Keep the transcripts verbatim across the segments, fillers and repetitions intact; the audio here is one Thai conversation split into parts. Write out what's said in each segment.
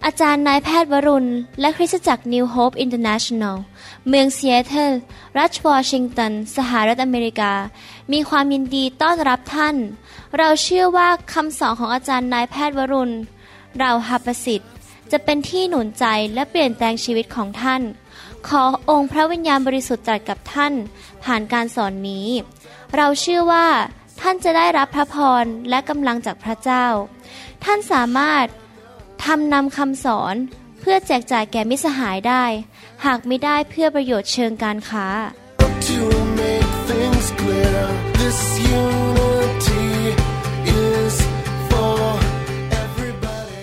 อาจารย์นายแพทย์วรุณและคริสตจักร New Hope International เมืองซีแอตเทิลรัฐวอชิงตันสหรัฐอเมริกามีความยินดีต้อนรับท่านเราเชื่อว่าคำสอนของอาจารย์นายแพทย์วรุณเราหประสิทธิ์จะเป็นที่หนุนใจและเปลี่ยนแปลงชีวิตของท่านขอองค์พระวิญญาณบริสุทธิ์ตรัสกับท่านผ่านการสอนนี้เราเชื่อว่าท่านจะได้รับพระพรและกำลังจากพระเจ้าท่านสามารถทำนำคำสอนเพื่อแจกจ่ายแก่มิตรสหายได้หากไม่ได้เพื่อประโยชน์เชิงการค้า To make things clear, this unity is for everybody.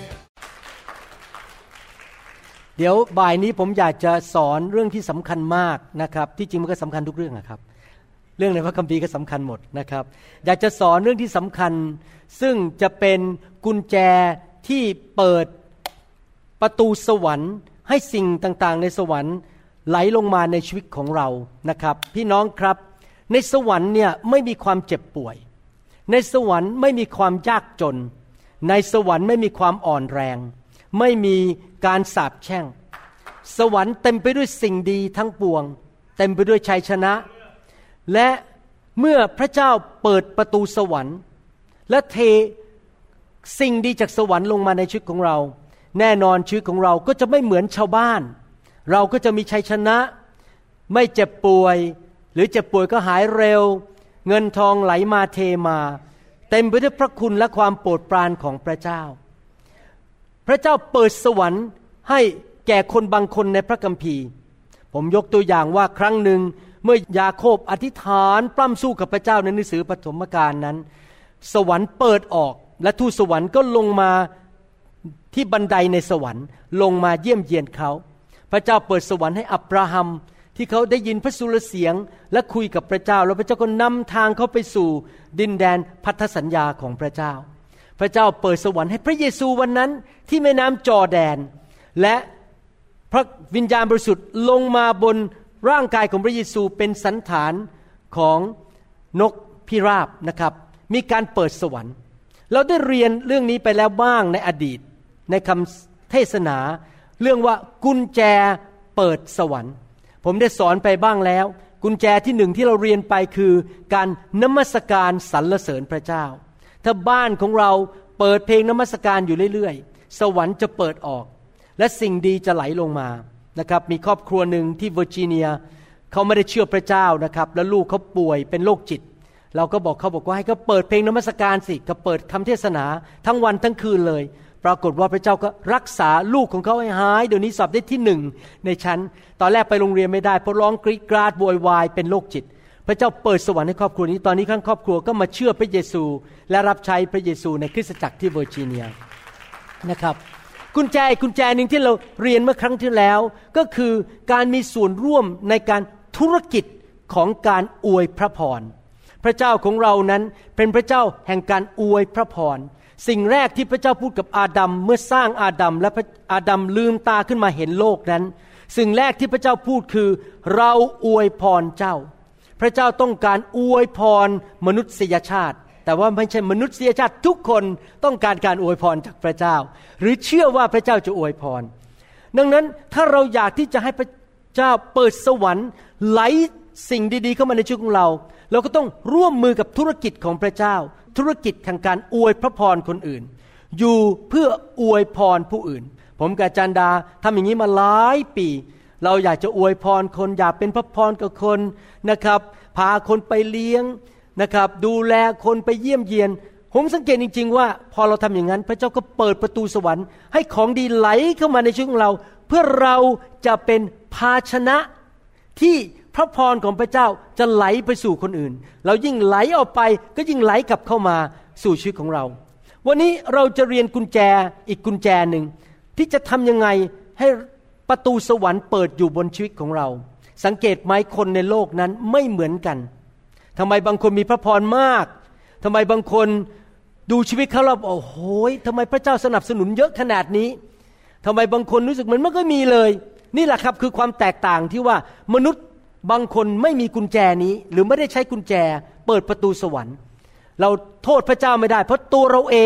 เดี๋ยวบ่ายนี้ผมอยากจะสอนเรื่องที่สำคัญมากนะครับที่จริงมันก็สำคัญทุกเรื่องนะครับเรื่องในพระคัมภีร์ก็สำคัญหมดนะครับอยากจะสอนเรื่องที่สำคัญซึ่งจะเป็นกุญแจที่เปิดประตูสวรรค์ให้สิ่งต่างๆในสวรรค์ไหลลงมาในชีวิตของเรานะครับพี่น้องครับในสวรรค์เนี่ยไม่มีความเจ็บป่วยในสวรรค์ไม่มีความยากจนในสวรรค์ไม่มีความอ่อนแรงไม่มีการสาปแช่งสวรรค์เต็มไปด้วยสิ่งดีทั้งปวงเต็มไปด้วยชัยชนะและเมื่อพระเจ้าเปิดประตูสวรรค์และเทสิ่งดีจากสวรรค์ลงมาในชีวิตของเราแน่นอนชีวิตของเราก็จะไม่เหมือนชาวบ้านเราก็จะมีชัยชนะไม่เจ็บป่วยหรือเจ็บป่วยก็หายเร็วเงินทองไหลมาเทมาเต็มไปด้วยพระคุณและความโปรดปรานของพระเจ้าพระเจ้าเปิดสวรรค์ให้แก่คนบางคนในพระคัมภีร์ผมยกตัวอย่างว่าครั้งหนึ่งเมื่อยาโคบอธิษฐานปล้ำสู้กับพระเจ้าในหนังสือปฐมกาลนั้นสวรรค์เปิดออกและทูตสวรรค์ก็ลงมาที่บันไดในสวรรค์ลงมาเยี่ยมเยียนเขาพระเจ้าเปิดสวรรค์ให้อับราฮัมที่เขาได้ยินพระสุรเสียงและคุยกับพระเจ้าแล้วพระเจ้าก็นำทางเขาไปสู่ดินแดนพันธสัญญาของพระเจ้าพระเจ้าเปิดสวรรค์ให้พระเยซูวันนั้นที่แม่น้ำจอร์แดนและพระวิญญาณบริสุทธิ์ลงมาบนร่างกายของพระเยซูเป็นสันฐานของนกพิราบนะครับมีการเปิดสวรรค์เราได้เรียนเรื่องนี้ไปแล้วบ้างในอดีตในคำเทศนาเรื่องว่ากุญแจเปิดสวรรค์ผมได้สอนไปบ้างแล้วกุญแจที่หนึ่งที่เราเรียนไปคือการนมัสการสรรเสริญพระเจ้าถ้าบ้านของเราเปิดเพลงนมัสการอยู่เรื่อยๆสวรรค์จะเปิดออกและสิ่งดีจะไหลลงมานะครับมีครอบครัวหนึ่งที่เวอร์จิเนียเขาไม่ได้เชื่อพระเจ้านะครับแล้วลูกเขาป่วยเป็นโรคจิตเราก็บอกเขาบอกว่าให้เขาเปิดเพลงนมัสการสิเขาเปิดคำเทศนาทั้งวันทั้งคืนเลยปรากฏว่าพระเจ้าก็รักษาลูกของเขาให้หายเดี๋ยวนี้สอบได้ที่หนึ่งในชั้นตอนแรกไปโรงเรียนไม่ได้เพราะร้องกรีดกราดโวยวายเป็นโรคจิตพระเจ้าเปิดสวรรค์ให้ครอบครัวนี้ตอนนี้ทั้งครอบครัวก็มาเชื่อพระเยซูและรับใช้พระเยซูในคริสตจักรที่เวอร์จิเนียนะครับกุญแจกุญแจนึงที่เราเรียนเมื่อครั้งที่แล้วก็คือการมีส่วนร่วมในการธุรกิจของการอวยพระพรพระเจ้าของเรานั้นเป็นพระเจ้าแห่งการอวยพระพรสิ่งแรกที่พระเจ้าพูดกับอาดัมเมื่อสร้างอาดัมและอาดัมลืมตาขึ้นมาเห็นโลกนั้นสิ่งแรกที่พระเจ้าพูดคือเราอวยพรเจ้าพระเจ้าต้องการอวยพรมนุษยชาติแต่ว่าไม่ใช่มนุษยชาติทุกคนต้องการการอวยพรจากพระเจ้าหรือเชื่อว่าพระเจ้าจะอวยพรดังนั้นถ้าเราอยากที่จะให้พระเจ้าเปิดสวรรค์ไหลสิ่งดีๆเข้ามาในชีวิตของเราเราก็ต้องร่วมมือกับธุรกิจของพระเจ้าธุรกิจทางการอวยพระพรคนอื่นอยู่เพื่ออวยพรผู้อื่นผมกับอาจารย์ดาทำอย่างนี้มาหลายปีเราอยากจะอวยพรคนอยากเป็นพระพรกับคนนะครับพาคนไปเลี้ยงนะครับดูแลคนไปเยี่ยมเยียนผมสังเกตจริงๆว่าพอเราทำอย่างนั้นพระเจ้าก็เปิดประตูสวรรค์ให้ของดีไหลเข้ามาในชีวิตของเราเพื่อเราจะเป็นภาชนะที่พระพรของพระเจ้าจะไหลไปสู่คนอื่นเรายิ่งไหลออกไปก็ยิ่งไหลกลับเข้ามาสู่ชีวิตของเราวันนี้เราจะเรียนกุญแจอีกกุญแจหนึ่งที่จะทำยังไงให้ประตูสวรรค์เปิดอยู่บนชีวิตของเราสังเกตไหมคนในโลกนั้นไม่เหมือนกันทำไมบางคนมีพระพรมากทำไมบางคนดูชีวิตเขาแล้วโอ้โหทำไมพระเจ้าสนับสนุนเยอะขนาดนี้ทำไมบางคนรู้สึกเหมือนไม่ค่อยมีเลยนี่แหละครับคือความแตกต่างที่ว่ามนุษย์บางคนไม่มีกุญแจนี้หรือไม่ได้ใช้กุญแจเปิดประตูสวรรค์เราโทษพระเจ้าไม่ได้เพราะตัวเราเอง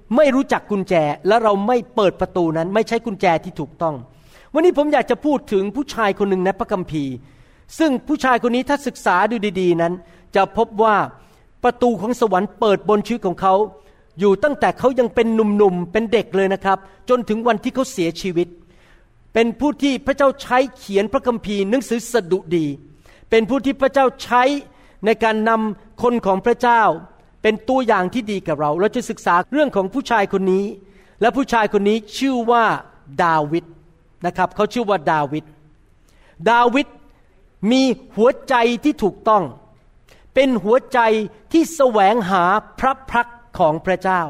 ไม่รู้จักกุญแจและเราไม่เปิดประตูนั้นไม่ใช้กุญแจที่ถูกต้องวันนี้ผมอยากจะพูดถึงผู้ชายคนหนึ่งในพระคัมภีร์ซึ่งผู้ชายคนนี้ถ้าศึกษาดูดีๆนั้นจะพบว่าประตูของสวรรค์เปิดบนชีวิตของเขาอยู่ตั้งแต่เขายังเป็นหนุ่มๆเป็นเด็กเลยนะครับจนถึงวันที่เขาเสียชีวิตเป็นผู้ที่พระเจ้าใช้เขียนพระคัมภีร์หนังสือสดุดีเป็นผู้ที่พระเจ้าใช้ในการนำคนของพระเจ้าเป็นตัวอย่างที่ดีกับเราเราจะศึกษาเรื่องของผู้ชายคนนี้และผู้ชายคนนี้ชื่อว่าดาวิดนะครับเขาชื่อว่าดาวิดดาวิดมีหัวใจที่ถูกต้องเป็นหัวใจที่แสวงหาพระพักของพระเจ้า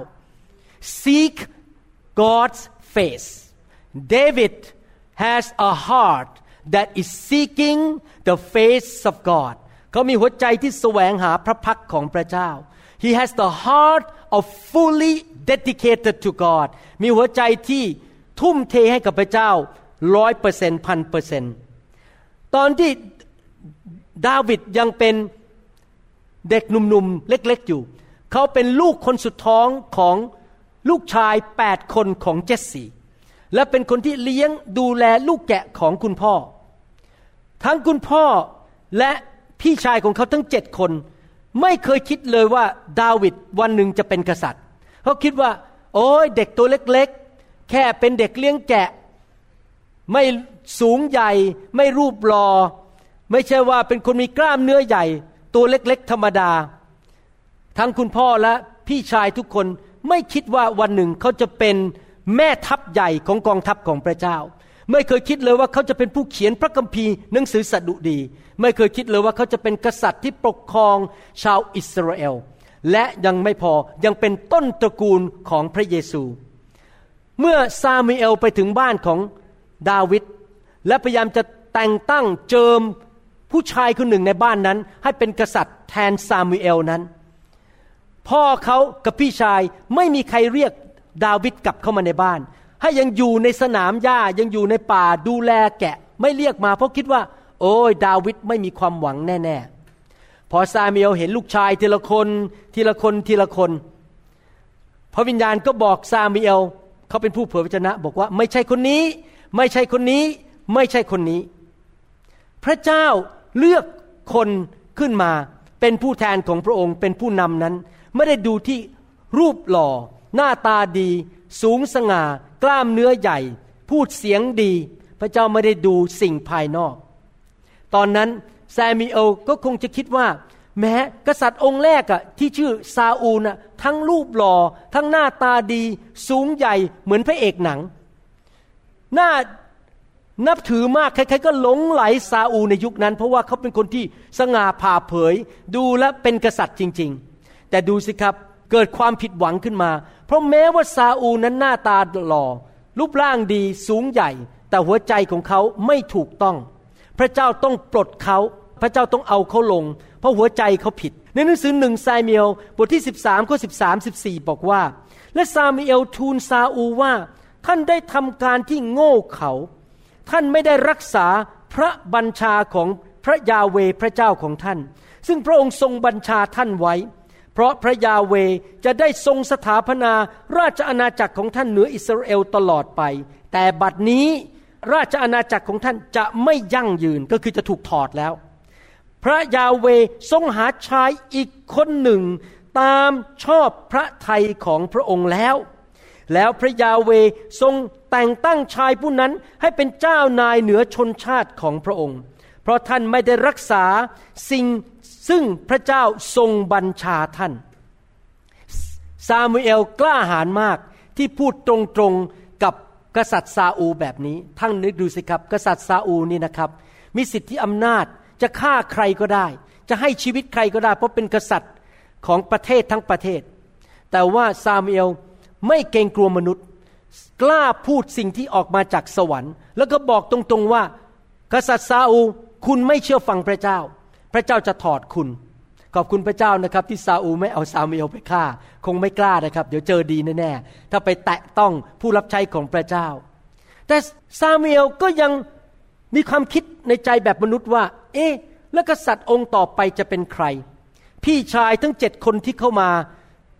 Seek God's face David has a heart that is seeking the face of God เขามีหัวใจที่แสวงหาพระพักของพระเจ้า He has the heart of fully dedicated to God มีหัวใจที่ทุ่มเทให้กับพระเจ้า ร้อยเปอร์เซ็นต์ พันเปอร์เซ็นต์ ตอนที่ดาวิดยังเป็นเด็กหนุ่มๆเล็กๆอยู่เขาเป็นลูกคนสุดท้องของลูกชายแปดคนของเจสซีและเป็นคนที่เลี้ยงดูแลลูกแกะของคุณพ่อทั้งคุณพ่อและพี่ชายของเขาทั้งเจ็ดคนไม่เคยคิดเลยว่าดาวิดวันหนึ่งจะเป็นกษัตริย์เขาคิดว่าโอ้ยเด็กตัวเล็กๆแค่เป็นเด็กเลี้ยงแกะไม่สูงใหญ่ไม่รูปหล่อไม่ใช่ว่าเป็นคนมีกล้ามเนื้อใหญ่ตัวเล็กๆธรรมดาทั้งคุณพ่อและพี่ชายทุกคนไม่คิดว่าวันหนึ่งเขาจะเป็นแม่ทัพใหญ่ของกองทัพของพระเจ้าไม่เคยคิดเลยว่าเขาจะเป็นผู้เขียนพระคัมภีร์หนังสือสดุดีไม่เคยคิดเลยว่าเขาจะเป็นกษัตริย์ที่ปกครองชาวอิสราเอลและยังไม่พอยังเป็นต้นตระกูลของพระเยซูเมื่อซามูเอลไปถึงบ้านของดาวิดและพยายามจะแต่งตั้งเจิมผู้ชายคนหนึ่งในบ้านนั้นให้เป็นกษัตริย์แทนซามูเอลนั้นพ่อเขากับพี่ชายไม่มีใครเรียกดาวิดกลับเข้ามาในบ้านให้ยังอยู่ในสนามหญ้ายังอยู่ในป่าดูแลแกะไม่เรียกมาเพราะคิดว่าโอ้ยดาวิดไม่มีความหวังแน่ๆพอซามูเอลเห็นลูกชายทีละคนทีละคนทีละคนพระวิญญาณก็บอกซามูเอลเขาเป็นผู้เผยพระวจนะบอกว่าไม่ใช่คนนี้ไม่ใช่คนนี้ไม่ใช่คนนี้พระเจ้าเลือกคนขึ้นมาเป็นผู้แทนของพระองค์เป็นผู้นำนั้นไม่ได้ดูที่รูปหล่อหน้าตาดีสูงสง่ากล้ามเนื้อใหญ่พูดเสียงดีพระเจ้าไม่ได้ดูสิ่งภายนอกตอนนั้นซามูเอลก็คงจะคิดว่าแม้กษัตริย์องค์แรกอะที่ชื่อซาอูลน่ะทั้งรูปหล่อทั้งหน้าตาดีสูงใหญ่เหมือนพระเอกหนังน่านับถือมากใครๆก็หลงไหลซาอูลในยุคนั้นเพราะว่าเขาเป็นคนที่สง่าผ่าเผยดูแลเป็นกษัตริย์จริงๆแต่ดูสิครับเกิดความผิดหวังขึ้นมาเพราะแม้ว่าซาอูลนั้นหน้าตาหล่อรูปร่างดีสูงใหญ่แต่หัวใจของเขาไม่ถูกต้องพระเจ้าต้องปลดเขาพระเจ้าต้องเอาเขาลงเพราะหัวใจเขาผิดในหนังสือหนึ่งซามูเอลบทที่สิบสามข้อสิบสาม สิบสี่บอกว่าและซามูเอลทูลซาอูลว่าท่านได้ทำการที่โง่เขลาท่านไม่ได้รักษาพระบัญชาของพระยาเวห์พระเจ้าของท่านซึ่งพระองค์ทรงบัญชาท่านไว้เพราะพระยาเวห์จะได้ทรงสถาปนาราชอาณาจักรของท่านเหนืออิสราเอลตลอดไปแต่บัดนี้ราชอาณาจักรของท่านจะไม่ยั่งยืนก็คือจะถูกถอดแล้วพระยาเวห์ทรงหาชายอีกคนหนึ่งตามชอบพระทัยของพระองค์แล้วแล้วพระยาเวห์ทรงแต่งตั้งชายผู้นั้นให้เป็นเจ้านายเหนือชนชาติของพระองค์เพราะท่านไม่ได้รักษาสิ่งซึ่งพระเจ้าทรงบัญชาท่านซามูเอลกล้าหาญมากที่พูดตรงๆกับกษัตริย์ซาอูลแบบนี้ท่านนึกดูสิครับกษัตริย์ซาอูลนี่นะครับมีสิทธิอำนาจจะฆ่าใครก็ได้จะให้ชีวิตใครก็ได้เพราะเป็นกษัตริย์ของประเทศทั้งประเทศแต่ว่าซามูเอลไม่เกรงกลัวมนุษย์กล้าพูดสิ่งที่ออกมาจากสวรรค์แล้วก็บอกตรงๆว่ากษัตริย์ซาอูลคุณไม่เชื่อฟังพระเจ้าพระเจ้าจะถอดคุณขอบคุณพระเจ้านะครับที่ซาอูลไม่เอาซามูเอลไปฆ่าคงไม่กล้านะครับเดี๋ยวเจอดีแน่ๆถ้าไปแตะต้องผู้รับใช้ของพระเจ้าแต่ซามูเอลก็ยังมีความคิดในใจแบบมนุษย์ว่าเอ๊ะแล้วกษัตริย์องค์ต่อไปจะเป็นใครพี่ชายทั้งเจ็ดคนที่เข้ามา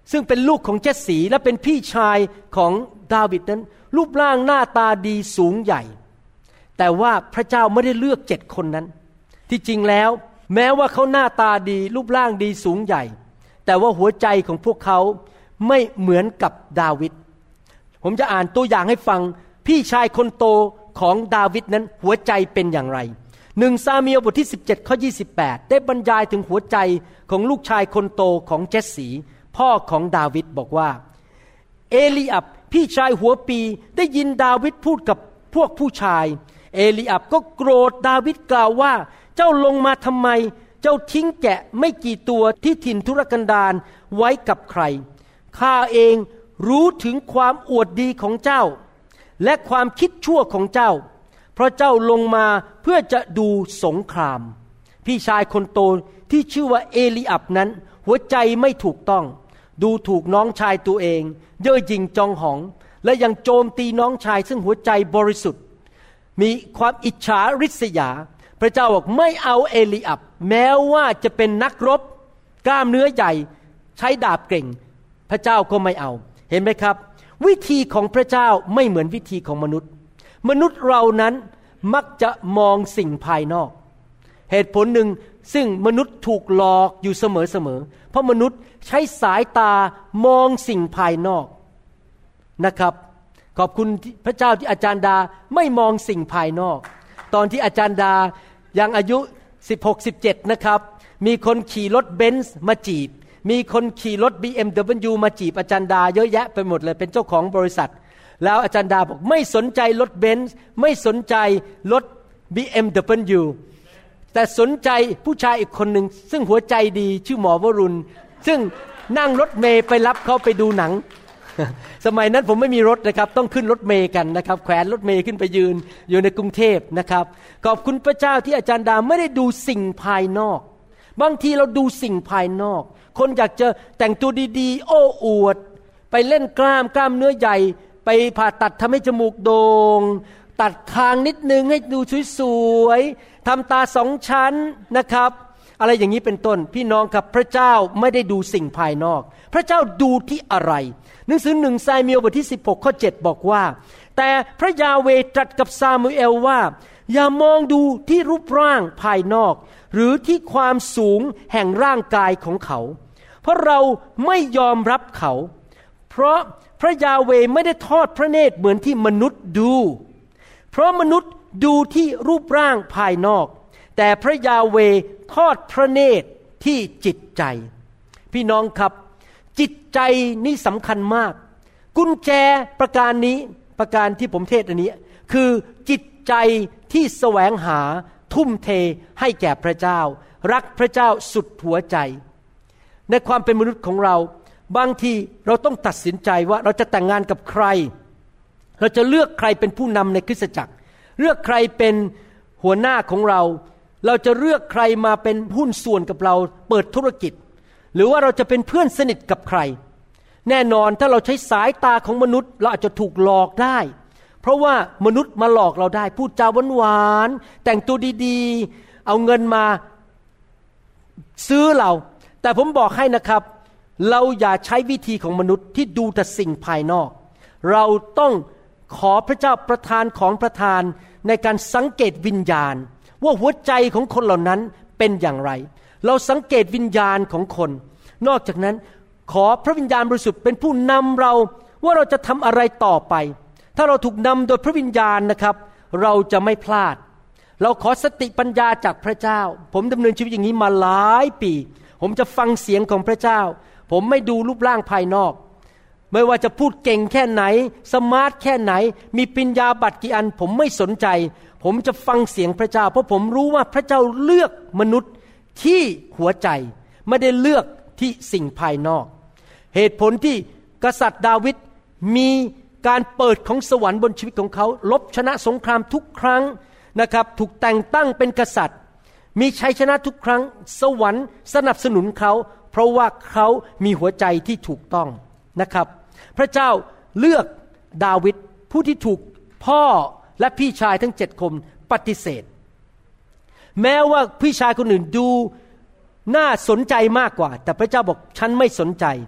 ซึ่งเป็นลูกของเจสสีและเป็นพี่ชายของดาวิดนั้นรูปร่างหน้าตาดีสูงใหญ่แต่ว่าพระเจ้าไม่ได้เลือกเจ็ดคนนั้นที่จริงแล้วแม้ว่าเขาหน้าตาดีรูปร่างดีสูงใหญ่แต่ว่าหัวใจของพวกเขาไม่เหมือนกับดาวิดผมจะอ่านตัวอย่างให้ฟังพี่ชายคนโตของดาวิดนั้นหัวใจเป็นอย่างไรหนึ่งซามูเอลบทที่สิบเจ็ดข้อยี่สิบแปดได้บรรยายถึงหัวใจของลูกชายคนโตของเจสสีพ่อของดาวิดบอกว่าเอลีอับพี่ชายหัวปีได้ยินดาวิดพูดกับพวกผู้ชายเอลีอับก็โกรธดาวิดกล่าวว่าเจ้าลงมาทำไมเจ้าทิ้งแกะไม่กี่ตัวที่ถิ่นทุรกันดารไว้กับใครข้าเองรู้ถึงความอวดดีของเจ้าและความคิดชั่วของเจ้าเพราะเจ้าลงมาเพื่อจะดูสงครามพี่ชายคนโตที่ชื่อว่าเอลีอับนั้นหัวใจไม่ถูกต้องดูถูกน้องชายตัวเองเย่อหยิ่งจองหองและยังโจมตีน้องชายซึ่งหัวใจบริสุทธิ์มีความอิจฉาริษยาพระเจ้าบอกไม่เอาเอลีอับแม้ว่าจะเป็นนักรบกล้ามเนื้อใหญ่ใช้ดาบเก่งพระเจ้าก็ไม่เอาเห็นไหมครับวิธีของพระเจ้าไม่เหมือนวิธีของมนุษย์มนุษย์เรานั้นมักจะมองสิ่งภายนอกเหตุผลหนึ่งซึ่งมนุษย์ถูกหลอกอยู่เสมอๆเพราะมนุษย์ใช้สายตามองสิ่งภายนอกนะครับขอบคุณพระเจ้าที่อาจารย์ดาไม่มองสิ่งภายนอกตอนที่อาจารย์ดายังอายุสิบหก สิบเจ็ดนะครับมีคนขี่รถเบนซ์มาจีบมีคนขี่รถ บี เอ็ม ดับเบิลยู มาจีบอาจารย์ดาเยอะแยะไปหมดเลยเป็นเจ้าของบริษัทแล้วอาจารย์ดาบอกไม่สนใจรถเบนซ์ไม่สนใจรถ บี เอ็ม ดับเบิลยู แต่สนใจผู้ชายอีกคนหนึ่งซึ่งหัวใจดีชื่อหมอวรุณซึ่งนั่งรถเมล์ไปรับเขาไปดูหนังสมัยนั้นผมไม่มีรถนะครับต้องขึ้นรถเมล์กันนะครับแขวนรถเมล์ขึ้นไปยืนอยู่ในกรุงเทพนะครับขอบคุณพระเจ้าที่อาจารย์ดาไม่ได้ดูสิ่งภายนอกบางทีเราดูสิ่งภายนอกคนอยากจะแต่งตัวดีๆโอ้อวดไปเล่นกล้ามกล้ามเนื้อใหญ่ไปผ่าตัดทำให้จมูกโด่งตัดคางนิดนึงให้ดูสวยๆทำตาสองชั้นนะครับอะไรอย่างนี้เป็นต้นพี่น้องครับพระเจ้าไม่ได้ดูสิ่งภายนอกพระเจ้าดูที่อะไรหนังสือหนึ่งซามูเอลบทที่สิบหกข้อเจ็ดบอกว่าแต่พระยาเวห์ตรัสกับซามูเอลว่าอย่ามองดูที่รูปร่างภายนอกหรือที่ความสูงแห่งร่างกายของเขาเพราะเราไม่ยอมรับเขาเพราะพระยาเวห์ไม่ได้ทอดพระเนตรเหมือนที่มนุษย์ดูเพราะมนุษย์ดูที่รูปร่างภายนอกแต่พระยาเวห์ทอดพระเนตรที่จิตใจพี่น้องครับจิตใจนี่สำคัญมากกุญแจประการนี้ประการที่ผมเทศอันนี้คือจิตใจที่แสวงหาทุ่มเทให้แก่พระเจ้ารักพระเจ้าสุดหัวใจในความเป็นมนุษย์ของเราบางทีเราต้องตัดสินใจว่าเราจะแต่งงานกับใครเราจะเลือกใครเป็นผู้นำในคริสตจักรเลือกใครเป็นหัวหน้าของเราเราจะเลือกใครมาเป็นหุ้นส่วนกับเราเปิดธุรกิจหรือว่าเราจะเป็นเพื่อนสนิทกับใครแน่นอนถ้าเราใช้สายตาของมนุษย์เราอาจจะถูกหลอกได้เพราะว่ามนุษย์มาหลอกเราได้พูดจาหวานๆแต่งตัวดีๆเอาเงินมาซื้อเราแต่ผมบอกให้นะครับเราอย่าใช้วิธีของมนุษย์ที่ดูแต่สิ่งภายนอกเราต้องขอพระเจ้าประทานของประทานในการสังเกตวิญญาณว่าหัวใจของคนเหล่านั้นเป็นอย่างไรเราสังเกตวิญญาณของคนนอกจากนั้นขอพระวิญญาณบริสุทธิ์เป็นผู้นำเราว่าเราจะทำอะไรต่อไปถ้าเราถูกนำโดยพระวิญญาณนะครับเราจะไม่พลาดเราขอสติปัญญาจากพระเจ้าผมดำเนินชีวิตอย่างนี้มาหลายปีผมจะฟังเสียงของพระเจ้าผมไม่ดูรูปร่างภายนอกไม่ว่าจะพูดเก่งแค่ไหนสมาร์ทแค่ไหนมีปริญญาบัตรกี่อันผมไม่สนใจผมจะฟังเสียงพระเจ้าเพราะผมรู้ว่าพระเจ้าเลือกมนุษย์ที่หัวใจไม่ได้เลือกที่สิ่งภายนอกเหตุผลที่กษัตริย์ดาวิดมีการเปิดของสวรรค์บนชีวิตของเขาลบชนะสงครามทุกครั้งนะครับถูกแต่งตั้งเป็นกษัตริย์มีชัยชนะทุกครั้งสวรรค์สนับสนุนเขาเพราะว่าเขามีหัวใจที่ถูกต้องนะครับพระเจ้าเลือกดาวิดผู้ที่ถูกพ่อและพี่ชายทั้งเจ็ดคนปฏิเสธแม้ว่าพี่ชายคนอื่นดูน่าสนใจมากกว่าแต่พระเจ้าบอกฉันไม่สนใจ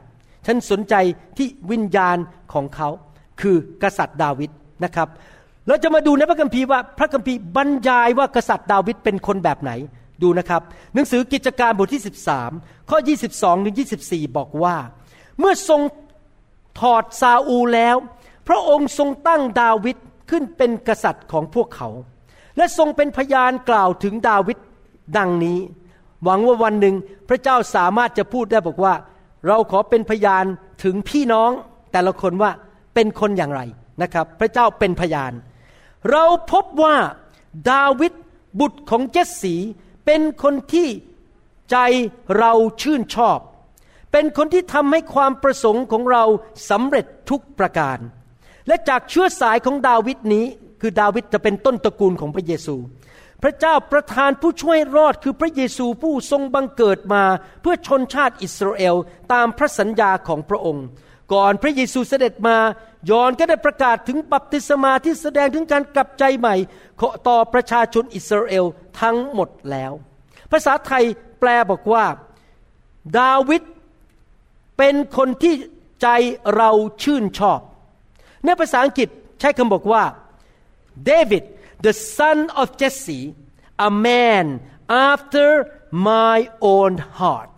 ฉันสนใจที่วิญญาณของเขาคือกษัตริย์ดาวิดนะครับเราจะมาดูในพระคัมภีร์ว่าพระคัมภีร์บรรยายว่ากษัตริย์ดาวิดเป็นคนแบบไหนดูนะครับหนังสือกิจการบทที่สิบสามข้อยี่สิบสองถึงยี่สิบสี่บอกว่าเมื่อทรงถอดซาอูลแล้วพระองค์ทรงตั้งดาวิดขึ้นเป็นกษัตริย์ของพวกเขาและทรงเป็นพยานกล่าวถึงดาวิดดังนี้หวังว่าวันหนึ่งพระเจ้าสามารถจะพูดได้บอกว่าเราขอเป็นพยานถึงพี่น้องแต่ละคนว่าเป็นคนอย่างไรนะครับพระเจ้าเป็นพยานเราพบว่าดาวิดบุตรของเจสสีเป็นคนที่ใจเราชื่นชอบเป็นคนที่ทำให้ความประสงค์ของเราสำเร็จทุกประการและจากเชื้อสายของดาวิดนี้คือดาวิดจะเป็นต้นตระกูลของพระเยซูพระเจ้าประทานผู้ช่วยรอดคือพระเยซูผู้ทรงบังเกิดมาเพื่อชนชาติอิสราเอลตามพระสัญญาของพระองค์ก่อนพระเยซูเสด็จมายอห์นก็ได้ประกาศถึงบัพติศมาที่แสดงถึงการกลับใจใหม่ต่อประชาชนอิสราเอลทั้งหมดแล้วภาษาไทยแปลบอกว่าดาวิดเป็นคนที่ใจเราชื่นชอบในภาษาอังกฤษใช้คำบอกว่า David the son of Jesse a man after my own heart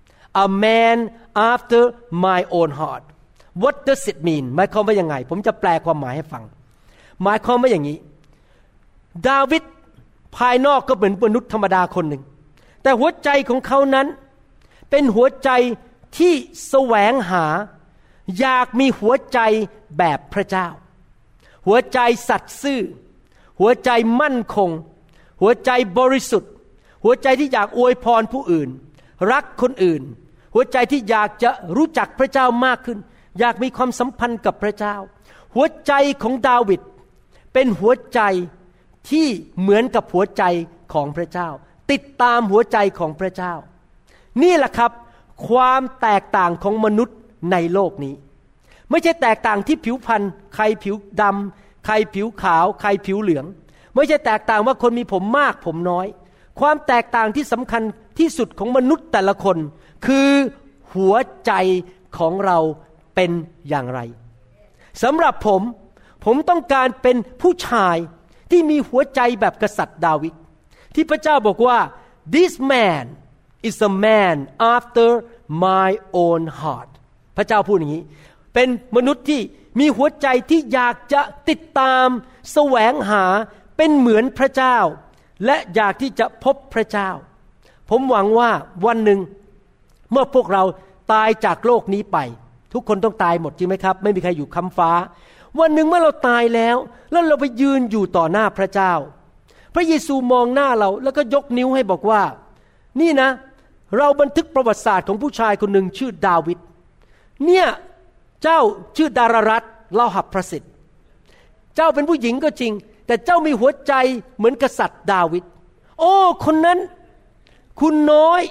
a man after my own heart what does it mean หมายความว่ายังไงผมจะแปลความหมายให้ฟังหมายความว่าอย่างนี้ดาวิดภายนอกก็เหมือนมนุษย์ธรรมดาคนหนึ่งแต่หัวใจของเขานั้นเป็นหัวใจที่แสวงหาอยากมีหัวใจแบบพระเจ้าหัวใจสัตย์ซื่อหัวใจมั่นคงหัวใจบริสุทธิ์หัวใจที่อยากอวยพรผู้อื่นรักคนอื่นหัวใจที่อยากจะรู้จักพระเจ้ามากขึ้นอยากมีความสัมพันธ์กับพระเจ้าหัวใจของดาวิดเป็นหัวใจที่เหมือนกับหัวใจของพระเจ้าติดตามหัวใจของพระเจ้านี่แหละครับความแตกต่างของมนุษย์ในโลกนี้ไม่ใช่แตกต่างที่ผิวพรรณใครผิวดำใครผิวขาวใครผิวเหลืองไม่ใช่แตกต่างว่าคนมีผมมากผมน้อยความแตกต่างที่สำคัญที่สุดของมนุษย์แต่ละคนคือหัวใจของเราเป็นอย่างไรสำหรับผมผมต้องการเป็นผู้ชายที่มีหัวใจแบบกษัตริย์ดาวิดที่พระเจ้าบอกว่า this man is a man after my own heart พระเจ้าพูดอย่างนี้เป็นมนุษย์ที่มีหัวใจที่อยากจะติดตามแสวงหาเป็นเหมือนพระเจ้าและอยากที่จะพบพระเจ้าผมหวังว่าวันหนึ่งเมื่อพวกเราตายจากโลกนี้ไปทุกคนต้องตายหมดจริงไหมครับไม่มีใครอยู่ค้ำฟ้าวันหนึ่งเมื่อเราตายแล้วแล้วเราไปยืนอยู่ต่อหน้าพระเจ้าพระเยซูมองหน้าเราแล้วก็ยกนิ้วให้บอกว่านี่นะเราบันทึกประวัติศาสตร์ของผู้ชายคนหนึ่งชื่อดาวิดเนี่ยเจ้าชื่อดารรัตน์เล่าหับประสิทธิ์เจ้าเป็นผู้หญิงก็จริงแต่เจ้ามีหัวใจเหมือนกษัตริย์ดาวิดโอ้คนนั้นคุณน้อย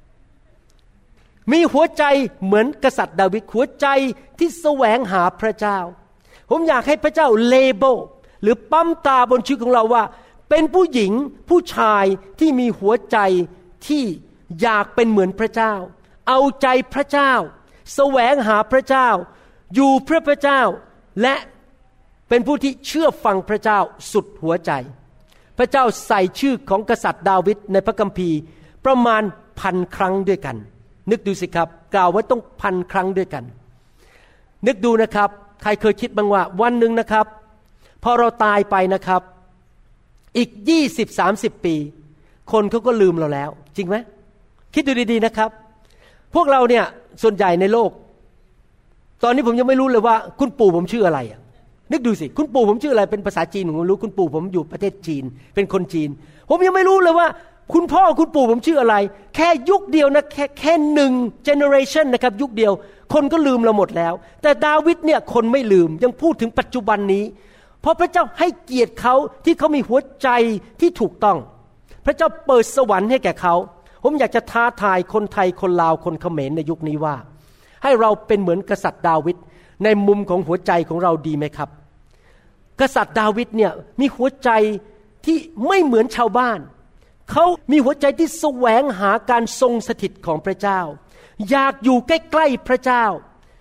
มีหัวใจเหมือนกษัตริย์ดาวิดหัวใจที่แสวงหาพระเจ้าผมอยากให้พระเจ้าเลเบลหรือปั๊มตาบนชีวิตของเราว่าเป็นผู้หญิงผู้ชายที่มีหัวใจที่อยากเป็นเหมือนพระเจ้าเอาใจพระเจ้าแสวงหาพระเจ้าอยู่เพื่อพระเจ้าและเป็นผู้ที่เชื่อฟังพระเจ้าสุดหัวใจพระเจ้าใส่ชื่อของกษัตริย์ดาวิดในพระคัมภีร์ประมาณพันครั้งด้วยกันนึกดูสิครับกล่าวไว้ต้องพันครั้งด้วยกันนึกดูนะครับใครเคยคิดบ้างว่าวันหนึ่งนะครับพอเราตายไปนะครับอีก ยี่สิบ สามสิบ ปีคนเขาก็ลืมเราแล้วจริงไหมคิดดูดีๆนะครับพวกเราเนี่ยส่วนใหญ่ในโลกตอนนี้ผมยังไม่รู้เลยว่าคุณปู่ผมชื่ออะไรนึกดูสิคุณปู่ผมชื่ออะไรเป็นภาษาจีนผมรู้คุณปู่ผมอยู่ประเทศจีนเป็นคนจีนผมยังไม่รู้เลยว่าคุณพ่อคุณปู่ผมชื่ออะไรแค่ยุคเดียวนะแค่แค่หนึ่งเจเนอเรชันนะครับยุคเดียวคนก็ลืมเราหมดแล้วแต่ดาวิดเนี่ยคนไม่ลืมยังพูดถึงปัจจุบันนี้เพราะพระเจ้าให้เกียรติเขาที่เขามีหัวใจที่ถูกต้องพระเจ้าเปิดสวรรค์ให้แก่เขาผมอยากจะท้าทายคนไทยคนลาวคนเขมรในยุคนี้ว่าให้เราเป็นเหมือนกษัตริย์ดาวิดในมุมของหัวใจของเราดีไหมครับกษัตริย์ดาวิดเนี่ยมีหัวใจที่ไม่เหมือนชาวบ้านเขามีหัวใจที่แสวงหาการทรงสถิตของพระเจ้าอยากอยู่ใกล้ๆพระเจ้า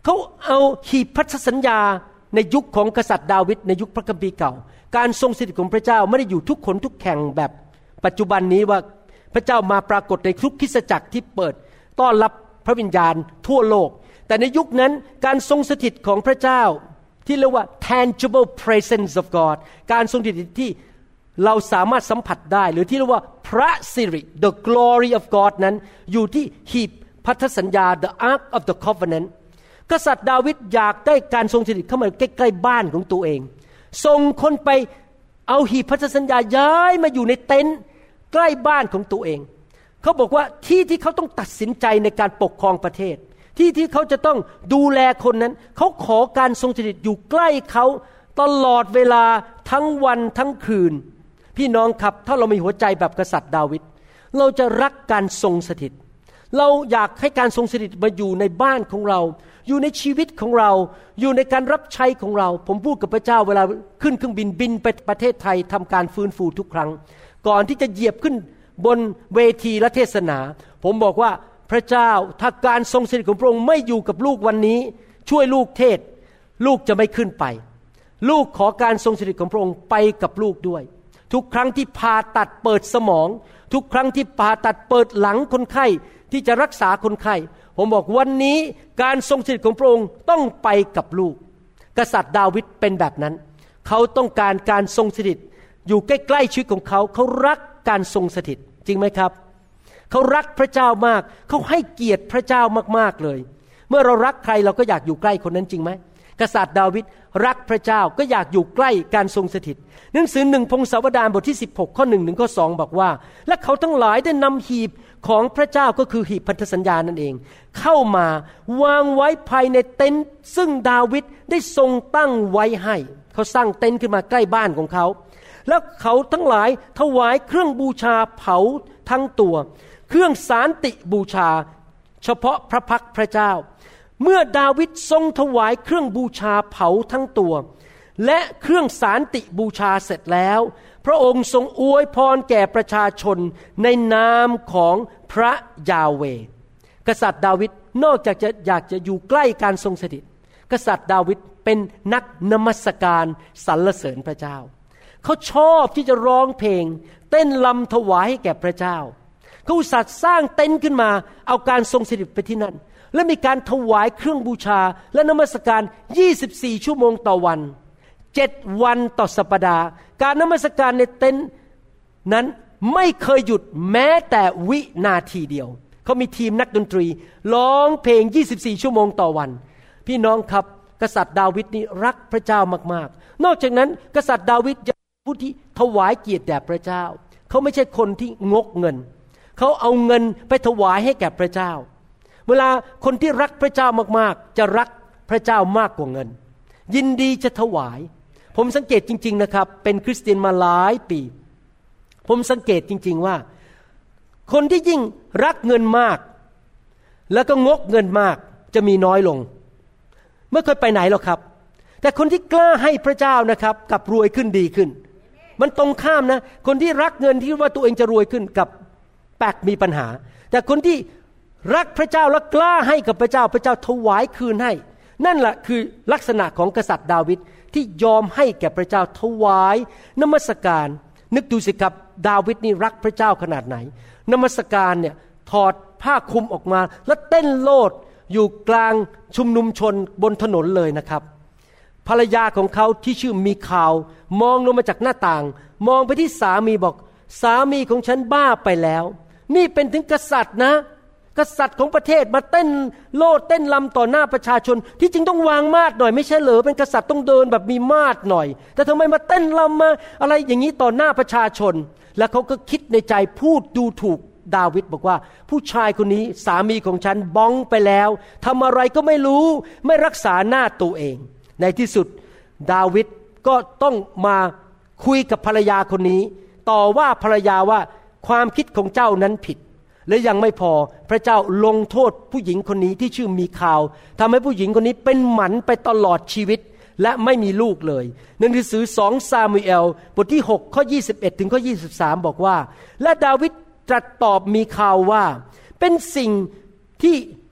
เขาเอาหีบพันธสัญญาในยุคของกษัตริย์ดาวิดในยุคพระคัมภีร์เก่าการทรงสถิตของพระเจ้าไม่ได้อยู่ทุกคนทุกแห่งแบบปัจจุบันนี้ว่าพระเจ้ามาปรากฏในทุกคริสตจักรที่เปิดต้อนรับพระวิญญาณทั่วโลกแต่ในยุคนั้นการทรงสถิตของพระเจ้าที่เรียกว่า tangible presence of God การทรงสถิตที่เราสามารถสัมผัสได้หรือที่เรียกว่าพระสิริ the glory of God นั้นอยู่ที่หีบพันธสัญญา the ark of the covenant กษัตริย์ดาวิดอยากได้การทรงสถิตเข้ามาใกล้ๆบ้านของตัวเองส่งคนไปเอาหีบพันธสัญญาย้ายมาอยู่ในเต็นท์ใกล้บ้านของตัวเองเขาบอกว่าที่ที่เขาต้องตัดสินใจในการปกครองประเทศที่ที่เขาจะต้องดูแลคนนั้นเขาขอการทรงสถิตอยู่ใกล้เขาตลอดเวลาทั้งวันทั้งคืนพี่น้องครับถ้าเรามีหัวใจแบบกษัตริย์ดาวิดเราจะรักการทรงสถิตเราอยากให้การทรงสถิตมาอยู่ในบ้านของเราอยู่ในชีวิตของเราอยู่ในการรับใช้ของเราผมพูดกับพระเจ้าเวลาขึ้นเครื่องบินบินไปประเทศไทยทำการฟื้นฟูทุกครั้งก่อนที่จะเหยียบขึ้นบนเวทีและเทศนาผมบอกว่าพระเจ้าถ้าการทรงสถิตของพระองค์ไม่อยู่กับลูกวันนี้ช่วยลูกเทศลูกจะไม่ขึ้นไปลูกขอการทรงสถิตของพระองค์ไปกับลูกด้วยทุกครั้งที่ผ่าตัดเปิดสมองทุกครั้งที่ผ่าตัดเปิดหลังคนไข้ที่จะรักษาคนไข้ผมบอกวันนี้การทรงสถิตของพระองค์ต้องไปกับลูกกษัตริย์ดาวิดเป็นแบบนั้นเขาต้องการการทรงสถิตอยู่ใกล้ๆชีวิตของเขาเขารักการทรงสถิตจริงไหมครับเขารักพระเจ้ามากเขาให้เกียรติพระเจ้ามากๆเลยเมื่อเรารักใครเราก็อยากอยู่ใกล้คนนั้นจริงไหมกษัตริย์ดาวิดรักพระเจ้าก็อยากอยู่ใกล้การทรงสถิตหนังสือหนึ่งพงศาวดารบทที่สิบหกข้อหนึ่งถึงข้อสองบอกว่าและเขาทั้งหลายได้นำหีบของพระเจ้าก็คือหีบพันธสัญญานั่นเองเข้ามาวางไว้ภายในเต็นท์ซึ่งดาวิดได้ทรงตั้งไว้ให้เขาสร้างเต็นท์ขึ้นมาใกล้บ้านของเขาแล้วเขาทั้งหลายถวายเครื่องบูชาเผาทั้งตัวเครื่องสานติบูชาเฉพาะพระพักพระเจ้าเมื่อดาวิดทรงถวายเครื่องบูชาเผาทั้งตัวและเครื่องสานติบูชาเสร็จแล้วพระองค์ทรงอวยพรแก่ประชาชนในนามของพระยาเวห์กษัตริย์ดาวิดนอกจากจะอยากจะอยู่ใกล้การทรงสถิตกษัตริย์ดาวิดเป็นนักนมัสการสรรเสริญพระเจ้าเขาชอบที่จะร้องเพลงเต้นรำถวายให้แก่พระเจ้าเขาอุตส่าห์สร้างเต็นท์ขึ้นมาเอาการทรงสถิตไปที่นั่นและมีการถวายเครื่องบูชาและนมัสการยี่สิบสี่ชั่วโมงต่อวันเจ็ดวันต่อสัปดาห์การนมัสการในเต็นท์นั้นไม่เคยหยุดแม้แต่วินาทีเดียวเขามีทีมนักดนตรีร้องเพลงยี่สิบสี่ชั่วโมงต่อวันพี่น้องครับกษัตริย์ดาวิดนี่รักพระเจ้ามากๆนอกจากนั้นกษัตริย์ดาวิดยังผู้ที่ถวายเกียรติแด่พระเจ้าเขาไม่ใช่คนที่งกเงินเขาเอาเงินไปถวายให้แก่พระเจ้าเวลาคนที่รักพระเจ้ามากๆจะรักพระเจ้ามากกว่าเงินยินดีจะถวายผมสังเกตจริงๆนะครับเป็นคริสเตียนมาหลายปีผมสังเกตจริงๆว่าคนที่ยิ่งรักเงินมากแล้วก็งกเงินมากจะมีน้อยลงไม่เคยไปไหนหรอกครับแต่คนที่กล้าให้พระเจ้านะครับกลับรวยขึ้นดีขึ้นมันตรงข้ามนะคนที่รักเงินที่ว่าตัวเองจะรวยขึ้นกับแปลกมีปัญหาแต่คนที่รักพระเจ้าและกล้าให้กับพระเจ้าพระเจ้าถวายคืนให้นั่นแหละคือลักษณะของกษัตริย์ดาวิดที่ยอมให้แก่พระเจ้าถวายนมัสการนึกดูสิครับดาวิดนี่รักพระเจ้าขนาดไหนนมัสการเนี่ยถอดผ้าคลุมออกมาแล้วเต้นโลดอยู่กลางชุมนุมชนบนถนนเลยนะครับภรรยาของเขาที่ชื่อมีคาวมองลงมาจากหน้าต่างมองไปที่สามีบอกสามีของฉันบ้าไปแล้วนี่เป็นถึงกษัตริย์นะกษัตริย์ของประเทศมาเต้นโลดเต้นลำต่อหน้าประชาชนที่จริงต้องวางมาดหน่อยไม่ใช่เหรอเป็นกษัตริย์ต้องเดินแบบมีมาดหน่อยแต่ทำไมมาเต้นลำมาอะไรอย่างนี้ต่อหน้าประชาชนแล้วเขาก็คิดในใจพูดดูถูกดาวิดบอกว่าผู้ชายคนนี้สามีของฉันบ้องไปแล้วทำอะไรก็ไม่รู้ไม่รักษาหน้าตัวเองในที่สุดดาวิดก็ต้องมาคุยกับภรรยาคนนี้ต่อว่าภรรยาว่าความคิดของเจ้านั้นผิดและยังไม่พอพระเจ้าลงโทษผู้หญิงคนนี้ที่ชื่อมีคาวทำให้ผู้หญิงคนนี้เป็นหมันไปตลอดชีวิตและไม่มีลูกเลยหนังสือสองซามูเอลบทที่หกข้อยี่สิบเอ็ดถึงข้อยี่สิบสามบอกว่าและดาวิดตรัสตอบมีคาวว่าเป็นสิ่งที่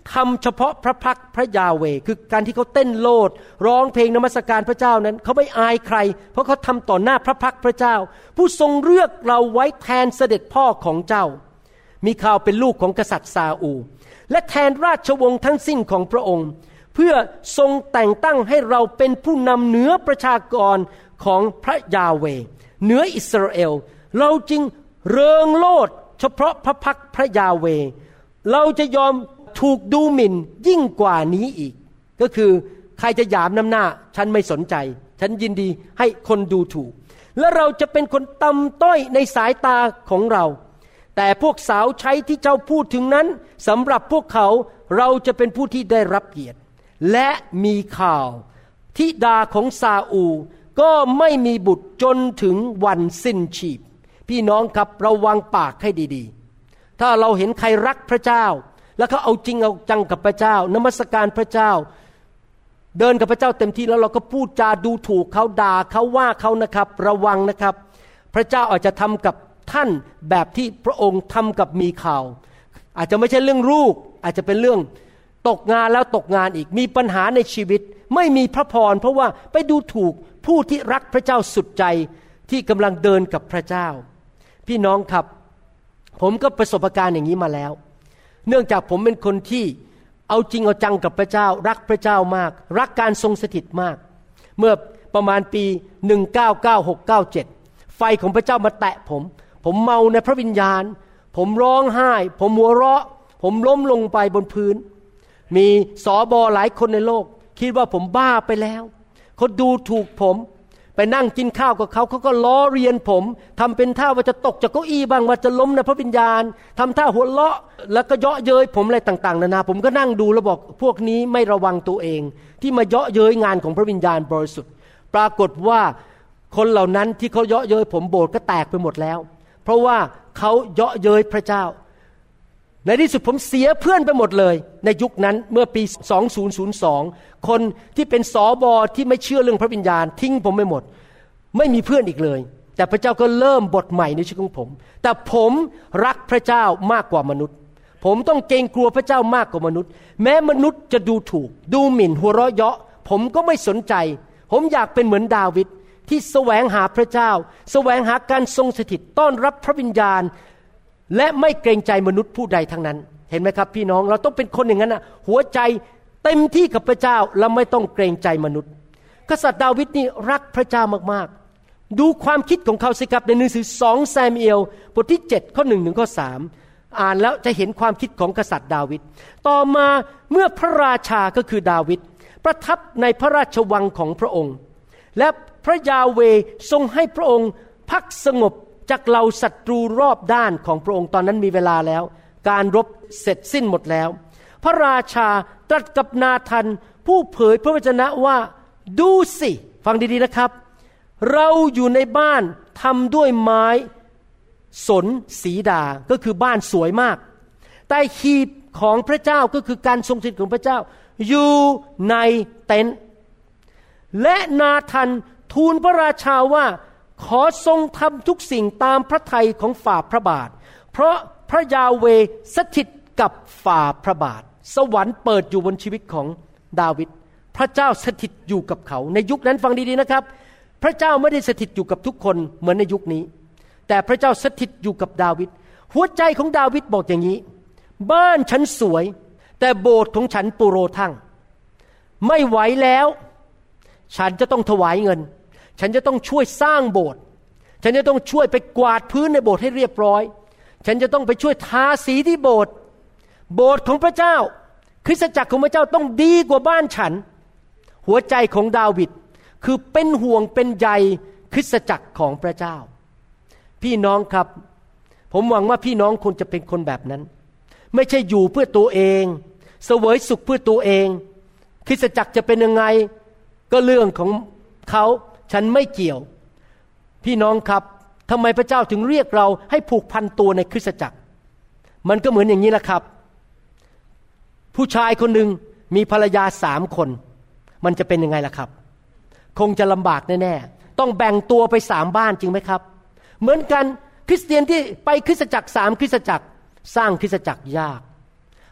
ทำเฉพาะพระพักพระยาเวห์คือการที่เขาเต้นโลดร้องเพลงนมัสการพระเจ้านั้นเขาไม่อายใครเพราะเขาทำต่อหน้าพระพักพระเจ้าผู้ทรงเลือกเราไว้แทนเสด็จพ่อของเจ้ามีข่าวเป็นลูกของกษัตริย์ซาอูลและแทนราชวงศ์ทั้งสิ้นของพระองค์เพื่อทรงแต่งตั้งให้เราเป็นผู้นำเหนือประชากรของพระยาเวห์เหนืออิสราเอลเราจึงเริงโลดเฉพาะพระพักพระยาเวห์เราจะยอมถูกดูหมิ่นยิ่งกว่านี้อีกก็คือใครจะหยามน้ำหน้าฉันไม่สนใจฉันยินดีให้คนดูถูกและเราจะเป็นคนต่ำต้อยในสายตาของเราแต่พวกสาวใช้ที่เจ้าพูดถึงนั้นสำหรับพวกเขาเราจะเป็นผู้ที่ได้รับเกียรติและมีข่าวธิดาของซาอูลก็ไม่มีบุตรจนถึงวันสิ้นชีพพี่น้องครับระวังปากให้ดีๆถ้าเราเห็นใครรักพระเจ้าแล้วเขาเอาจริงเอาจังกับพระเจ้านมัสการพระเจ้าเดินกับพระเจ้าเต็มที่แล้วเราก็พูดจาดูถูกเขาด่าเขาว่าเขานะครับระวังนะครับพระเจ้าอาจจะทำกับท่านแบบที่พระองค์ทำกับมีข่าวอาจจะไม่ใช่เรื่องลูกอาจจะเป็นเรื่องตกงานแล้วตกงานอีกมีปัญหาในชีวิตไม่มีพระพรเพราะว่าไปดูถูกผู้ที่รักพระเจ้าสุดใจที่กำลังเดินกับพระเจ้าพี่น้องครับผมก็ประสบการณ์อย่างนี้มาแล้วเนื่องจากผมเป็นคนที่เอาจริงเอาจังกับพระเจ้ารักพระเจ้ามากรักการทรงสถิตมากเมื่อประมาณปีหนึ่งเก้าเก้าหก เก้าเจ็ดไฟของพระเจ้ามาแตะผมผมเมาในพระวิญญาณผมร้องไห้ผมหัวเราะผมล้มลงไปบนพื้นมีสบหลายคนในโลกคิดว่าผมบ้าไปแล้วเขาดูถูกผมไปนั่งกินข้าวกับเขาเขาก็ล้อเลียนผมทำเป็นท่าว่าจะตกจากเก้าอี้บ้างว่าจะล้มในพระวิญญาณทำท่าหัวเราะแล้วก็เยาะเย้ยผมอะไรต่างๆนานาผมก็นั่งดูแล้วบอกพวกนี้ไม่ระวังตัวเองที่มาเยาะเย้ยงานของพระวิญญาณบริสุทธิ์ปรากฏว่าคนเหล่านั้นที่เขาเยาะเย้ยผมโบสถ์ก็แตกไปหมดแล้วเพราะว่าเขาเยาะเย้ยพระเจ้าในที่สุดผมเสียเพื่อนไปหมดเลยในยุคนั้นเมื่อปีสองพันสองคนที่เป็นสบที่ไม่เชื่อเรื่องพระวิญญาณทิ้งผมไปหมดไม่มีเพื่อนอีกเลยแต่พระเจ้าก็เริ่มบทใหม่ในชีวิตของผมแต่ผมรักพระเจ้ามากกว่ามนุษย์ผมต้องเกรงกลัวพระเจ้ามากกว่ามนุษย์แม้มนุษย์จะดูถูกดูหมิ่นหัวเราะเยาะผมก็ไม่สนใจผมอยากเป็นเหมือนดาวิดที่แสวงหาพระเจ้าแสวงหาการทรงสถิตต้อนรับพระวิญญาณและไม่เกรงใจมนุษย์ผู้ใดทั้งนั้นเห็นไหมครับพี่น้องเราต้องเป็นคนอย่างนั้นนะหัวใจเต็มที่กับพระเจ้าและไม่ต้องเกรงใจมนุษย์กษัตริย์ดาวิดนี่รักพระเจ้ามากๆดูความคิดของเขาสิครับในหนังสือสองซามูเอลบทที่เจ็ดข้อหนึ่งถึงข้อสามอ่านแล้วจะเห็นความคิดของกษัตริย์ดาวิดต่อมาเมื่อพระราชาก็คือดาวิดประทับในพระราชวังของพระองค์และพระยาเวห์ทรงให้พระองค์พักสงบจากเหล่าศัตรูรอบด้านของพระองค์ตอนนั้นมีเวลาแล้วการรบเสร็จสิ้นหมดแล้วพระราชาตรัสกับนาธานผู้เผยพระวจนะว่าดูสิฟังดีๆนะครับเราอยู่ในบ้านทำด้วยไม้สนสีดาก็คือบ้านสวยมากแต่หีบของพระเจ้าก็คือการทรงสถิตของพระเจ้าอยู่ในเต็นท์และนาธานทูลพระราชาว่าขอทรงทำทุกสิ่งตามพระทัยของฝ่าพระบาทเพราะพระยาเวห์สถิตกับฝ่าพระบาทสวรรค์เปิดอยู่บนชีวิตของดาวิดพระเจ้าสถิตอยู่กับเขาในยุคนั้นฟังดีๆนะครับพระเจ้าไม่ได้สถิตอยู่กับทุกคนเหมือนในยุคนี้แต่พระเจ้าสถิตอยู่กับดาวิดหัวใจของดาวิดบอกอย่างนี้บ้านฉันสวยแต่โบสถ์ของฉันปุโรทั่งไม่ไหวแล้วฉันจะต้องถวายเงินฉันจะต้องช่วยสร้างโบสถ์ฉันจะต้องช่วยไปกวาดพื้นในโบสถ์ให้เรียบร้อยฉันจะต้องไปช่วยทาสีที่โบสถ์โบสถ์ของพระเจ้าคริสตจักรของพระเจ้าต้องดีกว่าบ้านฉันหัวใจของดาวิดคือเป็นห่วงเป็นใยคริสตจักรของพระเจ้าพี่น้องครับผมหวังว่าพี่น้องควรจะเป็นคนแบบนั้นไม่ใช่อยู่เพื่อตัวเองเสวยสุขเพื่อตัวเองคริสตจักรจะเป็นยังไงก็เรื่องของเขาฉันไม่เกี่ยวพี่น้องครับทำไมพระเจ้าถึงเรียกเราให้ผูกพันตัวในคริสตจักรมันก็เหมือนอย่างนี้แหละครับผู้ชายคนหนึ่งมีภรรยาสามคนมันจะเป็นยังไงล่ะครับคงจะลำบากแน่ๆต้องแบ่งตัวไปสามบ้านจริงไหมครับเหมือนกันคริสเตียนที่ไปคริสตจักรสามคริสตจักรสร้างคริสตจักรยาก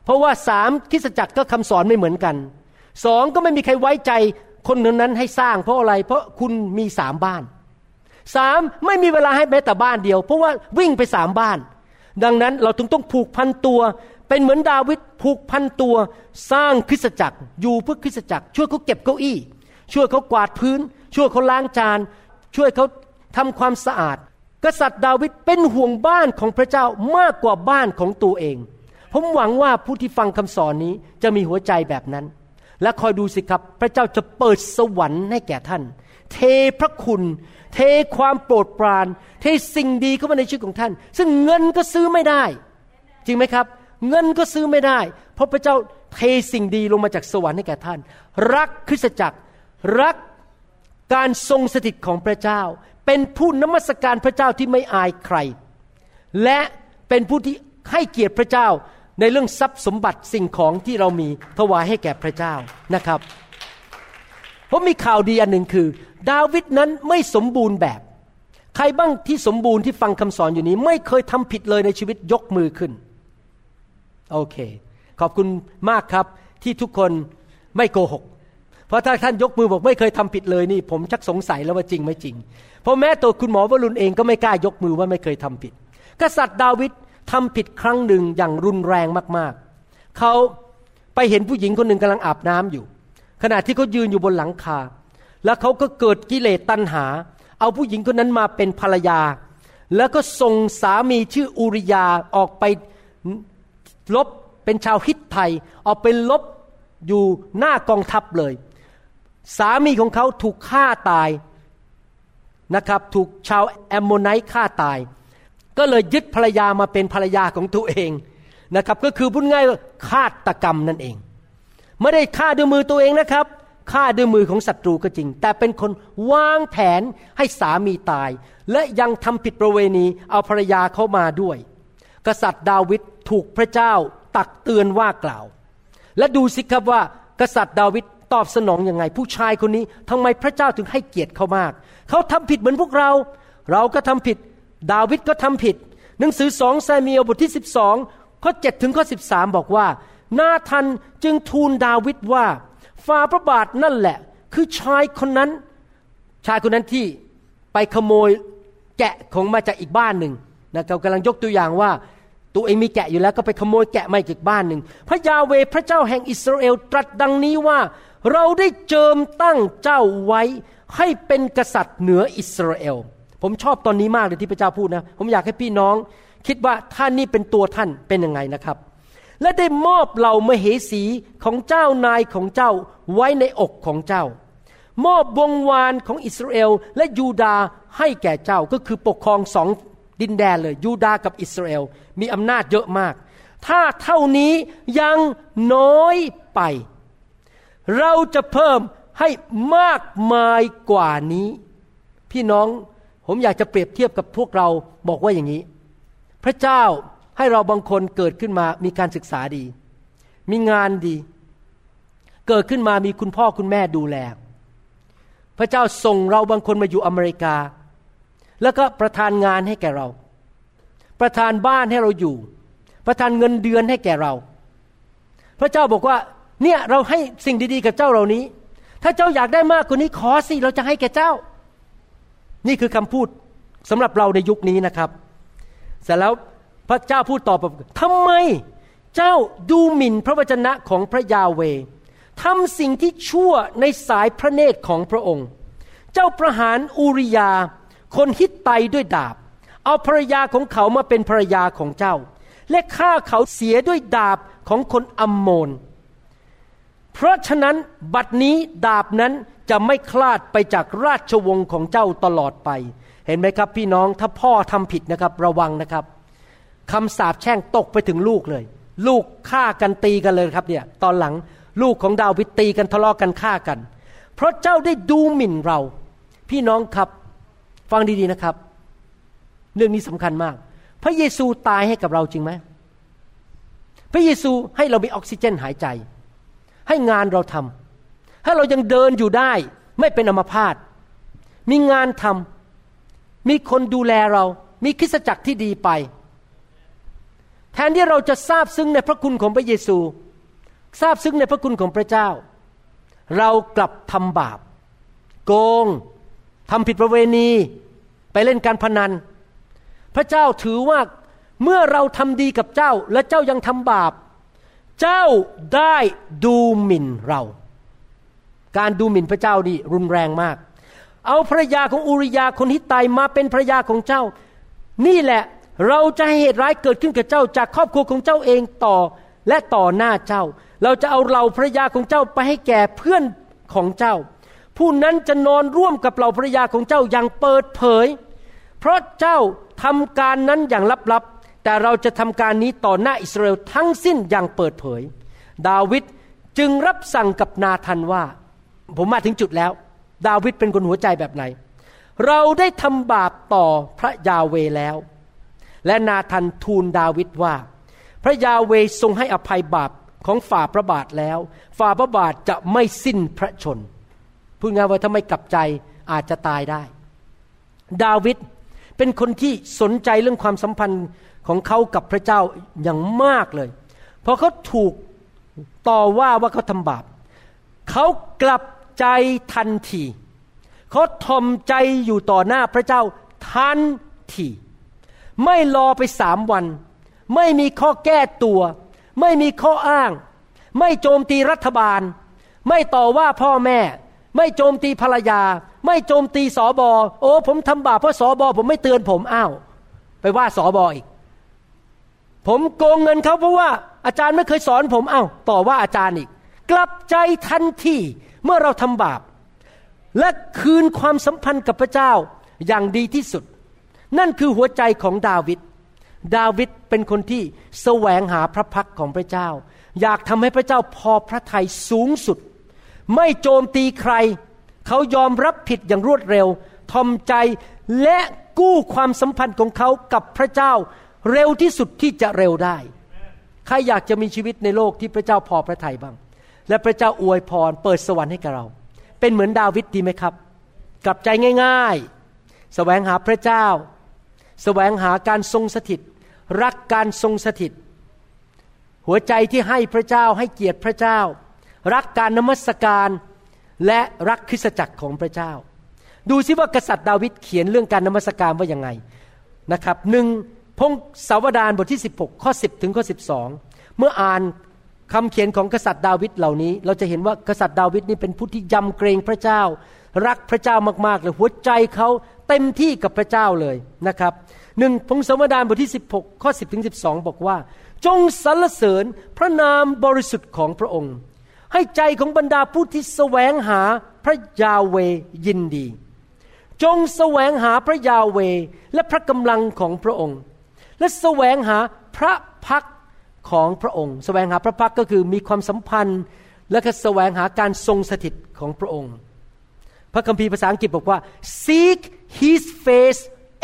เพราะว่าสามคริสตจักรก็คำสอนไม่เหมือนกันสองก็ไม่มีใครไว้ใจคนนั้นให้สร้างเพราะอะไรเพราะคุณมีสามบ้านสามไม่มีเวลาให้แม้แต่บ้านเดียวเพราะว่าวิ่งไปสามบ้านดังนั้นเราถึงต้องผูกพันตัวเป็นเหมือนดาวิดผูกพันตัวสร้างคริสตจักรอยู่เพื่อคริสตจักรช่วยเขาเก็บเก้าอี้ช่วยเขากวาดพื้นช่วยเขาล้างจานช่วยเขาทำความสะอาดกษัตริย์ดาวิดเป็นห่วงบ้านของพระเจ้ามากกว่าบ้านของตัวเองผมหวังว่าผู้ที่ฟังคำสอนนี้จะมีหัวใจแบบนั้นและคอยดูสิครับพระเจ้าจะเปิดสวรรค์ให้แก่ท่านเทพระคุณเทความโปรดปรานเทสิ่งดีเข้ามาในชีวิตของท่านซึ่งเงินก็ซื้อไม่ได้จริงไหมครับเงินก็ซื้อไม่ได้เพราะพระเจ้าเทสิ่งดีลงมาจากสวรรค์ให้แก่ท่านรักคริสตจักรรักการทรงสถิตของพระเจ้าเป็นผู้นมัสการพระเจ้าที่ไม่อายใครและเป็นผู้ที่ให้เกียรติพระเจ้าในเรื่องทรัพย์สมบัติสิ่งของที่เรามีถวายให้แก่พระเจ้านะครับผมมีข่าวดีอันหนึ่งคือดาวิดนั้นไม่สมบูรณ์แบบใครบ้างที่สมบูรณ์ที่ฟังคำสอนอยู่นี้ไม่เคยทำผิดเลยในชีวิตยกมือขึ้นโอเคขอบคุณมากครับที่ทุกคนไม่โกหกเพราะถ้าท่านยกมือบอกไม่เคยทำผิดเลยนี่ผมชักสงสัยแล้วว่าจริงไม่จริงเพราะแม้ตัวคุณหมอวรุณเองก็ไม่กล้ายกมือว่าไม่เคยทำผิดกษัตริย์ดาวิดทำผิดครั้งหนึ่งอย่างรุนแรงมากๆเขาไปเห็นผู้หญิงคนหนึ่งกำลังอาบน้ำอยู่ขณะที่เขายืนอยู่บนหลังคาแล้วเขาก็เกิดกิเลสตัณหาเอาผู้หญิงคนนั้นมาเป็นภรรยาแล้วก็ส่งสามีชื่ออูริยาออกไปลบเป็นชาวฮิตไทยออกไปลบอยู่หน้ากองทัพเลยสามีของเขาถูกฆ่าตายนะครับถูกชาวแอมโมไนต์ฆ่าตายก็เลยยึดภรรยามาเป็นภรรยาของตัวเองนะครับก็คือพูดง่ายว่าฆาตกรรมนั่นเองไม่ได้ฆ่าด้วยมือตัวเองนะครับฆ่าด้วยมือของศัตรูก็จริงแต่เป็นคนวางแผนให้สามีตายและยังทำผิดประเวณีเอาภรรยาเข้ามาด้วยกษัตริย์ดาวิดถูกพระเจ้าตักเตือนว่ากล่าวและดูสิครับว่ากษัตริย์ดาวิดตอบสนองยังไงผู้ชายคนนี้ทำไมพระเจ้าถึงให้เกียรติเขามากเขาทำผิดเหมือนพวกเราเราก็ทำผิดดาวิดก็ทำผิดหนังสือสองซามูเอลบทที่สิบสองข้อเจ็ดถึงข้อสิบสามบอกว่านาธานจึงทูลดาวิดว่าฝ่าพระบาทนั่นแหละคือชายคนนั้นชายคนนั้นที่ไปขโมยแกะของมาจากอีกบ้านหนึ่งนะครับกำลังยกตัวอย่างว่าตัวเองมีแกะอยู่แล้วก็ไปขโมยแกะมาจากบ้านหนึ่งพระยาเวห์พระเจ้าแห่งอิสราเอลตรัสดังนี้ว่าเราได้เจิมตั้งเจ้าไว้ให้เป็นกษัตริย์เหนืออิสราเอลผมชอบตอนนี้มากเลยที่พระเจ้าพูดนะผมอยากให้พี่น้องคิดว่าท่านนี่เป็นตัวท่านเป็นยังไงนะครับและได้มอบเหล่ามเหสีของเจ้านายของเจ้าไว้ในอกของเจ้ามอบวงวานของอิสราเอลและยูดาห์ให้แก่เจ้าก็คือปกครองสองดินแดนเลยยูดาห์กับอิสราเอลมีอำนาจเยอะมากถ้าเท่านี้ยังน้อยไปเราจะเพิ่มให้มากมายกว่านี้พี่น้องผมอยากจะเปรียบเทียบกับพวกเราบอกว่าอย่างนี้พระเจ้าให้เราบางคนเกิดขึ้นมามีการศึกษาดีมีงานดีเกิดขึ้นมามีคุณพ่อคุณแม่ดูแลพระเจ้าส่งเราบางคนมาอยู่อเมริกาแล้วก็ประทานงานให้แก่เราประทานบ้านให้เราอยู่ประทานเงินเดือนให้แก่เราพระเจ้าบอกว่าเนี่ยเราให้สิ่งดีๆกับเจ้าเหล่านี้ถ้าเจ้าอยากได้มากกว่านี้ขอสิเราจะให้แก่เจ้านี่คือคำพูดสำหรับเราในยุคนี้นะครับเสร็จแล้วพระเจ้าพูดต่อไปทำไมเจ้าดูหมิ่นพระวจนะของพระยาเวห์ทำสิ่งที่ชั่วในสายพระเนตรของพระองค์เจ้าประหารอูริยาคนฮิตไตด้วยดาบเอาภรรยาของเขามาเป็นภรรยาของเจ้าและฆ่าเขาเสียด้วยดาบของคนอัมโมนเพราะฉะนั้นบัดนี้ดาบนั้นจะไม่คลาดไปจากราชวงศ์ของเจ้าตลอดไปเห็นไหมครับพี่น้องถ้าพ่อทำผิดนะครับระวังนะครับคำสาปแช่งตกไปถึงลูกเลยลูกฆ่ากันตีกันเลยครับเนี่ยตอนหลังลูกของดาวิดตีกันทะเลาะกันฆ่ากันเพราะเจ้าได้ดูหมิ่นเราพี่น้องครับฟังดีๆนะครับเรื่องนี้สำคัญมากพระเยซูตายให้กับเราจริงไหมพระเยซูให้เรามีออกซิเจนหายใจให้งานเราทำให้เรายังเดินอยู่ได้ไม่เป็นอัมพาตมีงานทำมีคนดูแลเรามีคริสตจักรที่ดีไปแทนที่เราจะซาบซึ้งในพระคุณของพระเยซูซาบซึ้งในพระคุณของพระเจ้าเรากลับทำบาปโกงทำผิดประเวณีไปเล่นการพนันพระเจ้าถือว่าเมื่อเราทำดีกับเจ้าและเจ้ายังทำบาปเจ้าได้ดูหมิ่นเราการดูหมิ่นพระเจ้านี่รุนแรงมากเอาภรรยาของอูริยาคนฮิตไตมาเป็นภรรยาของเจ้านี่แหละเราจะให้เหตุร้ายเกิดขึ้นกับเจ้าจากครอบครัวของเจ้าเองต่อและต่อหน้าเจ้าเราจะเอาเหล่าภรรยาของเจ้าไปให้แก่เพื่อนของเจ้าผู้นั้นจะนอนร่วมกับเหล่าภรรยาของเจ้าอย่างเปิดเผยเพราะเจ้าทำการนั้นอย่างลับๆแต่เราจะทำการนี้ต่อหน้าอิสราเอลทั้งสิ้นอย่างเปิดเผยดาวิดจึงรับสั่งกับนาธานว่าผมมาถึงจุดแล้วดาวิดเป็นคนหัวใจแบบไหนเราได้ทำบาปต่อพระยาเวห์แล้วและนาธานทูลดาวิดว่าพระยาเวห์ทรงให้อภัยบาปของฝ่าพระบาทแล้วฝ่าพระบาทจะไม่สิ้นพระชนพูดง่ายว่าถ้าไม่กลับใจอาจจะตายได้ดาวิดเป็นคนที่สนใจเรื่องความสัมพันธ์ของเขากับพระเจ้าอย่างมากเลยเพราะเขาถูกต่อว่าว่าเขาทำบาปเขากลับใจทันทีเขาทอมใจอยู่ต่อหน้าพระเจ้าทันทีไม่รอไปสามวันไม่มีข้อแก้ตัวไม่มีข้ออ้างไม่โจมตีรัฐบาลไม่ต่อว่าพ่อแม่ไม่โจมตีภรรยาไม่โจมตีสบโอ้ผมทำบาปเพราะสบผมไม่เตือนผมอ้าวไปว่าสบอีกผมโกงเงินเขาเพราะว่าอาจารย์ไม่เคยสอนผมอ้าวต่อว่าอาจารย์อีกกลับใจทันทีเมื่อเราทำบาปและคืนความสัมพันธ์กับพระเจ้าอย่างดีที่สุดนั่นคือหัวใจของดาวิดดาวิดเป็นคนที่แสวงหาพระพักของพระเจ้าอยากทำให้พระเจ้าพอพระทัยสูงสุดไม่โจมตีใครเขายอมรับผิดอย่างรวดเร็วทอมใจและกู้ความสัมพันธ์ของเขากับพระเจ้าเร็วที่สุดที่จะเร็วได้ใครอยากจะมีชีวิตในโลกที่พระเจ้าพอพระทัยบ้างและพระเจ้าอวยพรเปิดสวรรค์ให้กับเราเป็นเหมือนดาวิดดีไหมครับกลับใจง่ายๆแสวงหาพระเจ้าแสวงหาการทรงสถิตรักการทรงสถิตหัวใจที่ให้พระเจ้าให้เกียรติพระเจ้ารักการนมัสการและรักคริสตจักรของพระเจ้าดูซิว่ากษัตริย์ดาวิดเขียนเรื่องการนมัสการว่ายังไงนะครับหนึ่งพงศาวดารบทที่สิบหกข้อสิบถึงข้อสิบสองเมื่ออ่านคำเขียนของกษัตริย์ดาวิดเหล่านี้เราจะเห็นว่ากษัตริย์ดาวิดนี่เป็นผู้ที่ยำเกรงพระเจ้ารักพระเจ้ามากๆเลยหัวใจเขาเต็มที่กับพระเจ้าเลยนะครับหนึ่งพงศาวดารบทที่สิบหกข้อสิบถึงสิบสองบอกว่าจงสรรเสริญพระนามบริสุทธิ์ของพระองค์ให้ใจของบรรดาผู้ที่แสวงหาพระยาเวห์ยินดีจงแสวงหาพระยาเวห์และพระกำลังของพระองค์และแสวงหาพระพักของพระองค์แสวงหาพระพักก็คือมีความสัมพันธ์และก็แสวงหาการทรงสถิตของพระองค์พระคัมภีร์ภาษาอังกฤษบอกว่า seek his face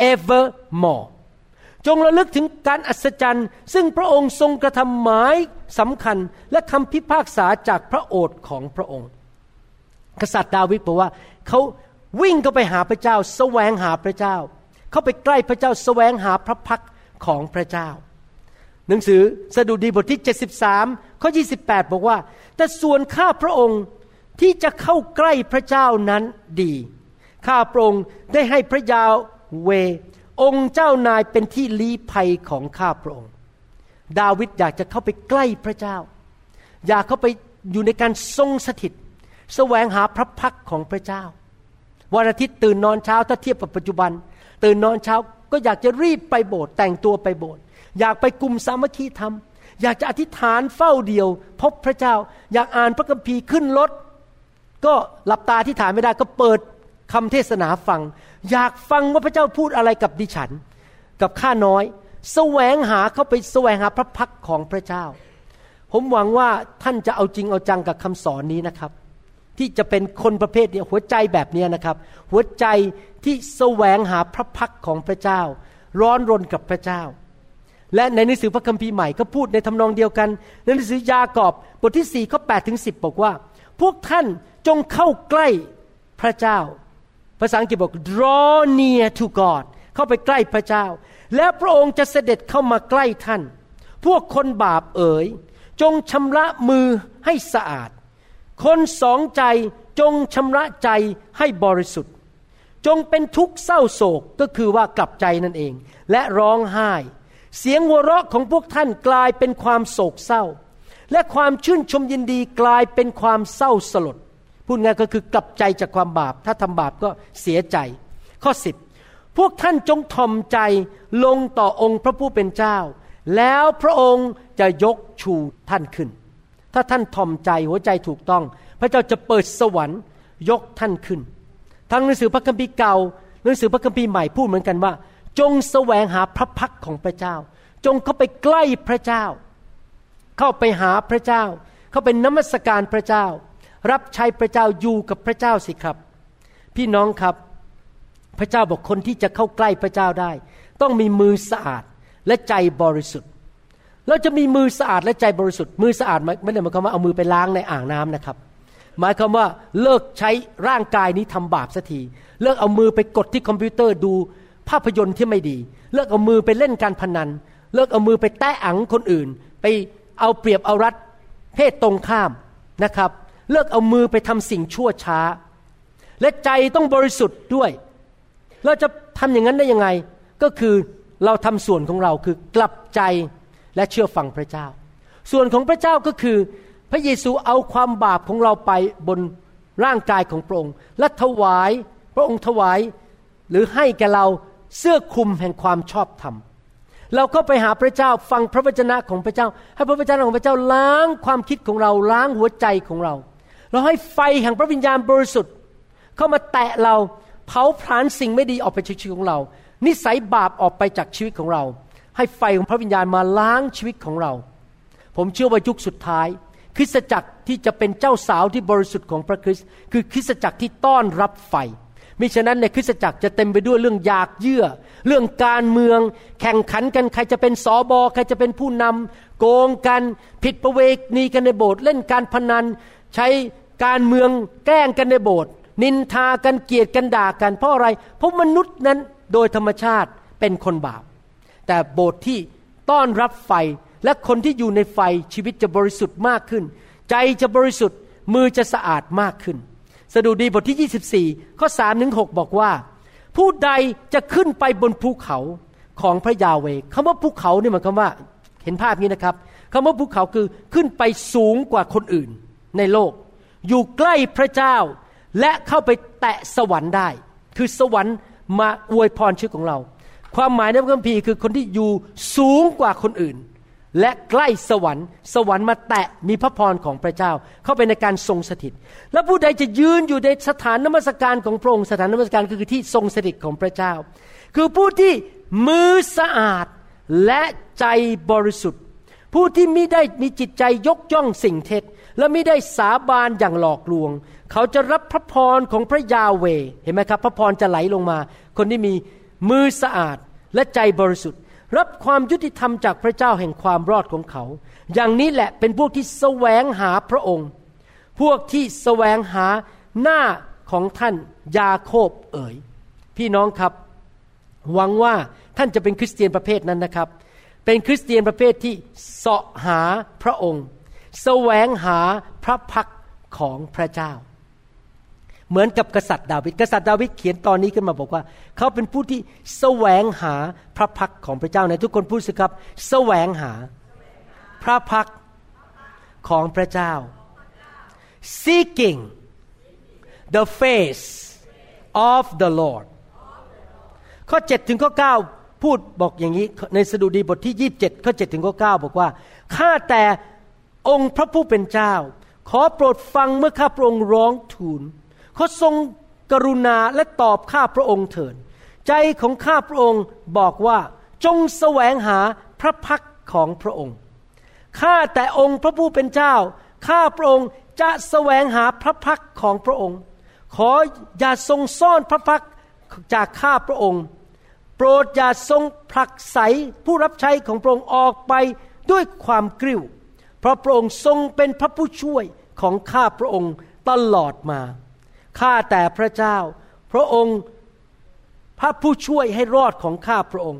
evermore จงระลึกถึงการอัศจรรย์ซึ่งพระองค์ทรงกระทำหมายสำคัญและคำพิพากษาจากพระโอษฐ์ของพระองค์กษัตริย์ดาวิดบอกว่าเขาวิ่งเข้าไปหาพระเจ้าแสวงหาพระเจ้าเข้าไปใกล้พระเจ้าแสวงหาพระพักของพระเจ้าหนังสือสดุดีบทที่เจ็ดสิบสามข้อยี่สิบแปดบอกว่าแต่ส่วนข้าพระองค์ที่จะเข้าใกล้พระเจ้านั้นดีข้าพระองค์ได้ให้พระยาเวห์องค์เจ้านายเป็นที่ลี้ภัยของข้าพระองค์ดาวิดอยากจะเข้าไปใกล้พระเจ้าอยากเข้าไปอยู่ในการทรงสถิตแสวงหาพระพักของพระเจ้าวันอาทิตย์ตื่นนอนเช้าถ้าเทียบกับปัจจุบันตื่นนอนเช้าก็อยากจะรีบไปโบสถ์แต่งตัวไปโบสถ์อยากไปกลุ่มสามัคคีธรรมอยากจะอธิษฐานเฝ้าเดียวพบพระเจ้าอยากอ่านพระคัมภีร์ขึ้นรถก็หลับตาอธิษฐานไม่ได้ก็เปิดคำเทศนาฟังอยากฟังว่าพระเจ้าพูดอะไรกับดิฉันกับข้าน้อยแสวงหาเข้าไปแสวงหาพระพักของพระเจ้าผมหวังว่าท่านจะเอาจริงเอาจังกับคำสอนนี้นะครับที่จะเป็นคนประเภทนี้หัวใจแบบนี้นะครับหัวใจที่แสวงหาพระพักของพระเจ้าร้อนรนกับพระเจ้าและในหนังสือพระคัมภีร์ใหม่ก็พูดในทำนองเดียวกันในหนังสือยากอบบทที่สี่ข้อแปดถึงสิบบอกว่าพวกท่านจงเข้าใกล้พระเจ้าภาษาอังกฤษบอก draw near to God เข้าไปใกล้พระเจ้าและพระองค์จะเสด็จเข้ามาใกล้ท่านพวกคนบาปเอ๋ยจงชำระมือให้สะอาดคนสองใจจงชำระใจให้บริสุทธิ์จงเป็นทุกข์เศร้าโศกก็คือว่ากลับใจนั่นเองและร้องไห้เสียงหัวเราะของพวกท่านกลายเป็นความโศกเศร้าและความชื่นชมยินดีกลายเป็นความเศร้าสลดพูดง่ายก็คือกลับใจจากความบาปถ้าทำบาปก็เสียใจข้อสิบพวกท่านจงถ่อมใจลงต่อองค์พระผู้เป็นเจ้าแล้วพระองค์จะยกชูท่านขึ้นถ้าท่านถ่อมใจหัวใจถูกต้องพระเจ้าจะเปิดสวรรค์ยกท่านขึ้นทั้งหนังสือพระคัมภีร์เก่าหนังสือพระคัมภีร์ใหม่พูดเหมือนกันว่าจงแสวงหาพระพักของพระเจ้าจงเข้าไปใกล้พระเจ้าเข้าไปหาพระเจ้าเข้าไปนมัสการพระเจ้ารับใช้พระเจ้าอยู่กับพระเจ้าสิครับพี่น้องครับพระเจ้าบอกคนที่จะเข้าใกล้พระเจ้าได้ต้องมีมือสะอาดและใจบริสุทธิ์เราจะมีมือสะอาดและใจบริสุทธิ์มือสะอาดไม่ได้หมายความว่าเอามือไปล้างในอ่างน้ำนะครับหมายความว่าเลิกใช้ร่างกายนี้ทำบาปสักทีเลิกเอามือไปกดที่คอมพิวเตอร์ดูภาพยนตร์ที่ไม่ดีเลิกเอามือไปเล่นการพนันเลิกเอามือไปแตะอังคนอื่นไปเอาเปรียบเอารัดเพศตรงข้ามนะครับเลิกเอามือไปทำสิ่งชั่วช้าและใจต้องบริสุทธิ์ด้วยเราจะทำอย่างนั้นได้ยังไงก็คือเราทำส่วนของเราคือกลับใจและเชื่อฟังพระเจ้าส่วนของพระเจ้าก็คือพระเยซูเอาความบาปของเราไปบนร่างกายของพระองค์และถวายพระองค์ถวายหรือให้แก่เราเสื้อคลุมแห่งความชอบธรรมเราก็ไปหาพระเจ้าฟังพระวจนะของพระเจ้าให้พระวจนะของพระเจ้าล้างความคิดของเราล้างหัวใจของเราเราให้ไฟแห่งพระวิญญาณบริสุทธิ์เข้ามาแตะเราเผาผลาญสิ่งไม่ดีออกไปจากชีวิตของเรานิสัยบาปออกไปจากชีวิตของเราให้ไฟของพระวิญญาณมาล้างชีวิตของเราผมเชื่อว่ายุคสุดท้ายคริสตจักรที่จะเป็นเจ้าสาวที่บริสุทธิ์ของพระคริสต์คือคริสตจักรที่ต้อนรับไฟมิฉะนั้นในคริสตจักรจะเต็มไปด้วยเรื่องอยากเยื่อเรื่องการเมืองแข่งขันกันใครจะเป็นสบใครจะเป็นผู้นำโกงกันผิดประเวณีกันในโบสถ์เล่นการพนันใช้การเมืองแกล้งกันในโบสถ์นินทากันเกลียดกันด่ากันเพราะอะไรเพราะมนุษย์นั้นโดยธรรมชาติเป็นคนบาปแต่โบสถ์ที่ต้อนรับไฟและคนที่อยู่ในไฟชีวิตจะบริสุทธิ์มากขึ้นใจจะบริสุทธิ์มือจะสะอาดมากขึ้นสดุดีบทที่ยี่สิบสี่ข้อสามถึงหกบอกว่าผู้ใดจะขึ้นไปบนภูเขาของพระยาเวห์คำว่าภูเขานี่หมายความว่าเห็นภาพนี้นะครับคำว่าภูเขาคือขึ้นไปสูงกว่าคนอื่นในโลกอยู่ใกล้พระเจ้าและเข้าไปแตะสวรรค์ได้คือสวรรค์มาอวยพรชีวิตของเราความหมายในพระคัมภีร์คือคนที่อยู่สูงกว่าคนอื่นและใกล้สวรรค์สวรรค์มาแตะมีพระพรของพระเจ้าเข้าไปในการทรงสถิตและผู้ใดจะยืนอยู่ในสถานนมัสการของพระองค์สถานนมัสการก็คือที่ทรงสถิตของพระเจ้าคือผู้ที่มือสะอาดและใจบริสุทธิ์ผู้ที่มิได้มีจิตใจยกย่องสิ่งเท็จและมิได้สาบานอย่างหลอกลวงเขาจะรับพระพรของพระยาเวห์เห็นไหมครับพระพรจะไหลลงมาคนที่มีมือสะอาดและใจบริสุทธิ์รับความยุติธรรมจากพระเจ้าแห่งความรอดของเขาอย่างนี้แหละเป็นพวกที่แสวงหาพระองค์พวกที่แสวงหาหน้าของท่านยาโคบเอ๋ยพี่น้องครับหวังว่าท่านจะเป็นคริสเตียนประเภทนั้นนะครับเป็นคริสเตียนประเภทที่เสาะหาพระองค์แสวงหาพระพักของพระเจ้าเหมือนกับกษัตริย์ดาวิดกษัตริย์ดาวิดเขียนตอนนี้ขึ้นมาบอกว่าเขาเป็นผู้ที่แสวงหาพระพักของพระเจ้าในทุกคนพูดสิครับแสวงหาพระพักของพระเจ้า seeking the face of the Lord ข้อเจ็ดถึงข้อเก้าพูดบอกอย่างนี้ในสดุดีบทที่ยี่สิบเจ็ดข้อเจ็ดถึงข้อเก้าบอกว่าข้าแต่องค์พระผู้เป็นเจ้าขอโปรดฟังเมื่อข้าพระองค์ร้องทูลขอทรงกรุณาและตอบข้าพระองค์เถิดใจของข้าพระองค์บอกว่าจงแสวงหาพระพักของพระองค์ข้าแต่องค์พระผู้เป็นเจ้าข้าพระองค์จะแสวงหาพระพักของพระองค์ขออย่าทรงซ่อนพระพักจากข้าพระองค์โปรดอย่าทรงผลักไสผู้รับใช้ของพระองค์ออกไปด้วยความกริ้วเพราะพระองค์ทรงเป็นพระผู้ช่วยของข้าพระองค์ตลอดมาข้าแต่พระเจ้าพระองค์พระผู้ช่วยให้รอดของข้าพระองค์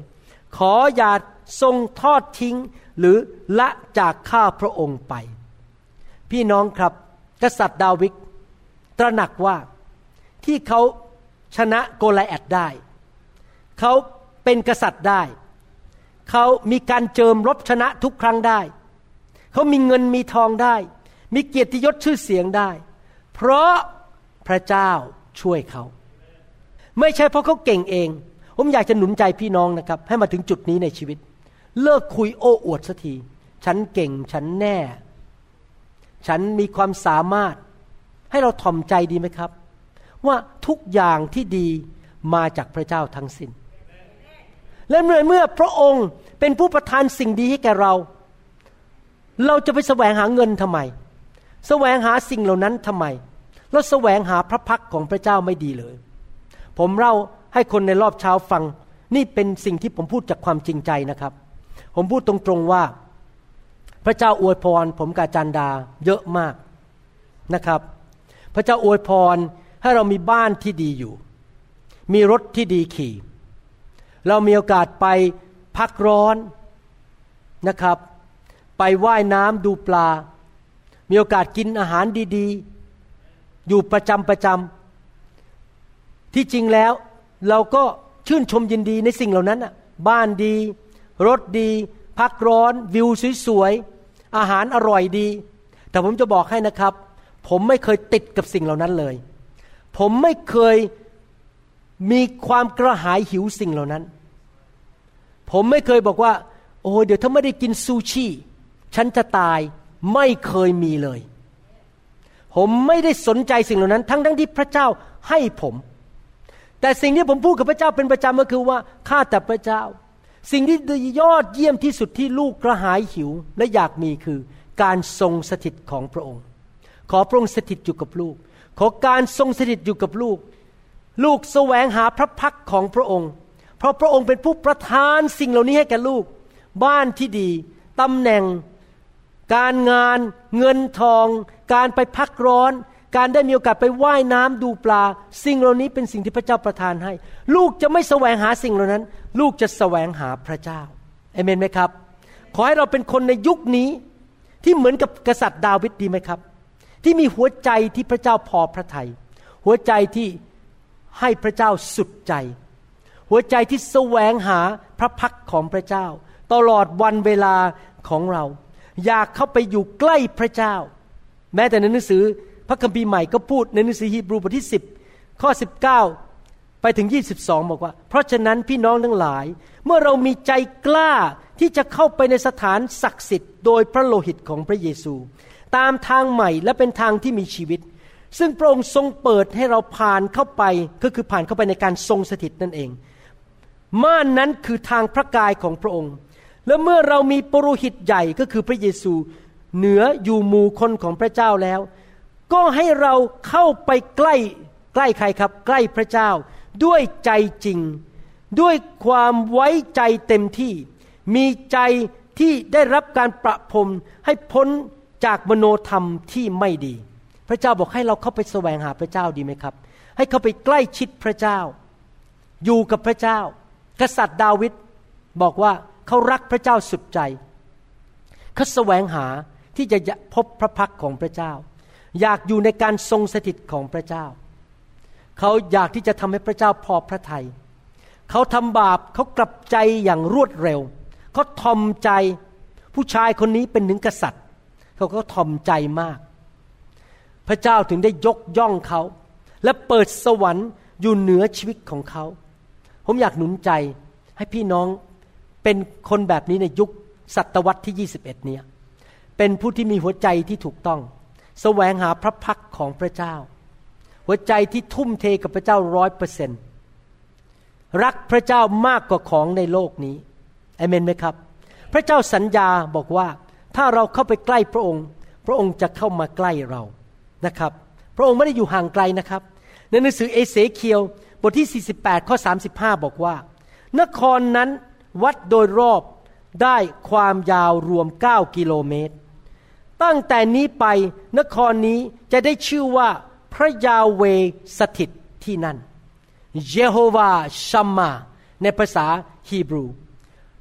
ขออย่าทรงทอดทิ้งหรือละจากข้าพระองค์ไปพี่น้องครับกษัตริย์ดาวิดตระหนักว่าที่เขาชนะโกลิแอธได้เขาเป็นกษัตริย์ได้เขามีการเจิมรบชนะทุกครั้งได้เขามีเงินมีทองได้มีเกียรติยศชื่อเสียงได้เพราะพระเจ้าช่วยเขาไม่ใช่เพราะเขาเก่งเองผมอยากจะหนุนใจพี่น้องนะครับให้มาถึงจุดนี้ในชีวิตเลิกคุยโอ้อวดสักทีฉันเก่งฉันแน่ฉันมีความสามารถให้เราถ่อมใจดีไหมครับว่าทุกอย่างที่ดีมาจากพระเจ้าทั้งสิ้นและเมื่อเมื่อพระองค์เป็นผู้ประทานสิ่งดีให้แก่เราเราจะไปแสวงหาเงินทำไมแสวงหาสิ่งเหล่านั้นทำไมเราแสวงหาพระพักของพระเจ้าไม่ดีเลยผมเล่าให้คนในรอบเช้าฟังนี่เป็นสิ่งที่ผมพูดจากความจริงใจนะครับผมพูดตรงๆว่าพระเจ้าอวยพรผมกับอาจารย์ดาเยอะมากนะครับพระเจ้าอวยพรให้เรามีบ้านที่ดีอยู่มีรถที่ดีขี่เรามีโอกาสไปพักร้อนนะครับไปว่ายน้ำดูปลามีโอกาสกินอาหารดีๆอยู่ประจำประจำที่จริงแล้วเราก็ชื่นชมยินดีในสิ่งเหล่านั้นน่ะบ้านดีรถดีพักร้อนวิวสวยๆอาหารอร่อยดีแต่ผมจะบอกให้นะครับผมไม่เคยติดกับสิ่งเหล่านั้นเลยผมไม่เคยมีความกระหายหิวสิ่งเหล่านั้นผมไม่เคยบอกว่าโอ้เดี๋ยวถ้าไม่ได้กินซูชิฉันจะตายไม่เคยมีเลยผมไม่ได้สนใจสิ่งเหล่านั้นทั้งทั้งที่พระเจ้าให้ผมแต่สิ่งที่ผมพูดกับพระเจ้าเป็นประจำก็คือว่าข้าแต่พระเจ้าสิ่งที่ยอดเยี่ยมที่สุดที่ลูกกระหายหิวและอยากมีคือการทรงสถิตของพระองค์ขอพระองค์สถิตอยู่กับลูกขอการทรงสถิตอยู่กับลูกลูกแสวงหาพระพักของพระองค์เพราะพระองค์เป็นผู้ประทานสิ่งเหล่านี้ให้แก่ลูกบ้านที่ดีตำแหน่งการงานเงินทองการไปพักร้อนการได้มีโอกาสไปว่ายน้ำดูปลาสิ่งเหล่านี้เป็นสิ่งที่พระเจ้าประทานให้ลูกจะไม่แสวงหาสิ่งเหล่านั้นลูกจะแสวงหาพระเจ้าเอเมนไหมครับขอให้เราเป็นคนในยุคนี้ที่เหมือนกับกษัตริย์ดาวิดดีไหมครับที่มีหัวใจที่พระเจ้าพอพระทัยหัวใจที่ให้พระเจ้าสุดใจหัวใจที่แสวงหาพระพักของพระเจ้าตลอดวันเวลาของเราอยากเข้าไปอยู่ใกล้พระเจ้าแม้แต่ในหนังสือพระคัมภีร์ใหม่ก็พูดในหนังสือฮีบรูบทที่สิบข้อสิบเก้าไปถึงยี่สิบสองบอกว่าเพราะฉะนั้นพี่น้องทั้งหลายเมื่อเรามีใจกล้าที่จะเข้าไปในสถานศักดิ์สิทธิ์โดยพระโลหิตของพระเยซูตามทางใหม่และเป็นทางที่มีชีวิตซึ่งพระองค์ทรงเปิดให้เราผ่านเข้าไปก็คือผ่านเข้าไปในการทรงสถิตนั่นเองม่านนั้นคือทางพระกายของพระองค์และเมื่อเรามีปุโรหิตใหญ่ก็คือพระเยซูเหนืออยู่หมู่คนของพระเจ้าแล้วก็ให้เราเข้าไปใกล้ใกล้ใครครับใกล้พระเจ้าด้วยใจจริงด้วยความไว้ใจเต็มที่มีใจที่ได้รับการประพรมให้พ้นจากมโนธรรมที่ไม่ดีพระเจ้าบอกให้เราเข้าไปแสวงหาพระเจ้าดีไหมครับให้เข้าไปใกล้ชิดพระเจ้าอยู่กับพระเจ้ากษัตริย์ดาวิดบอกว่าเขารักพระเจ้าสุดใจเขาแสวงหาที่จะพบพระพักของพระเจ้าอยากอยู่ในการทรงสถิตของพระเจ้าเขาอยากที่จะทำให้พระเจ้าพอพระทัยเขาทำบาปเขากลับใจอย่างรวดเร็วเขาทอมใจผู้ชายคนนี้เป็นถึงกษัตริย์เขาก็ทอมใจมากพระเจ้าถึงได้ยกย่องเขาและเปิดสวรรค์อยู่เหนือชีวิตของเขาผมอยากหนุนใจให้พี่น้องเป็นคนแบบนี้ในยุคศตวรรษที่ยี่สิบเอ็ดนี้เป็นผู้ที่มีหัวใจที่ถูกต้องแสวงหาพระพักของพระเจ้าหัวใจที่ทุ่มเทกับพระเจ้า ร้อยเปอร์เซ็นต์ รักพระเจ้ามากกว่าของในโลกนี้อาเมนไหมครับพระเจ้าสัญญาบอกว่าถ้าเราเข้าไปใกล้พระองค์พระองค์จะเข้ามาใกล้เรานะครับพระองค์ไม่ได้อยู่ห่างไกลนะครับในหนังสือเอเสเคียลบทที่สี่สิบแปดข้อสามสิบห้าบอกว่านครนั้นวัดโดยรอบได้ความยาวรวมเก้ากิโลเมตรตั้งแต่นี้ไปนครนี้จะได้ชื่อว่าพระยาเวห์สถิตที่นั่นเยโฮวาห์ชัมมาในภาษาฮีบรู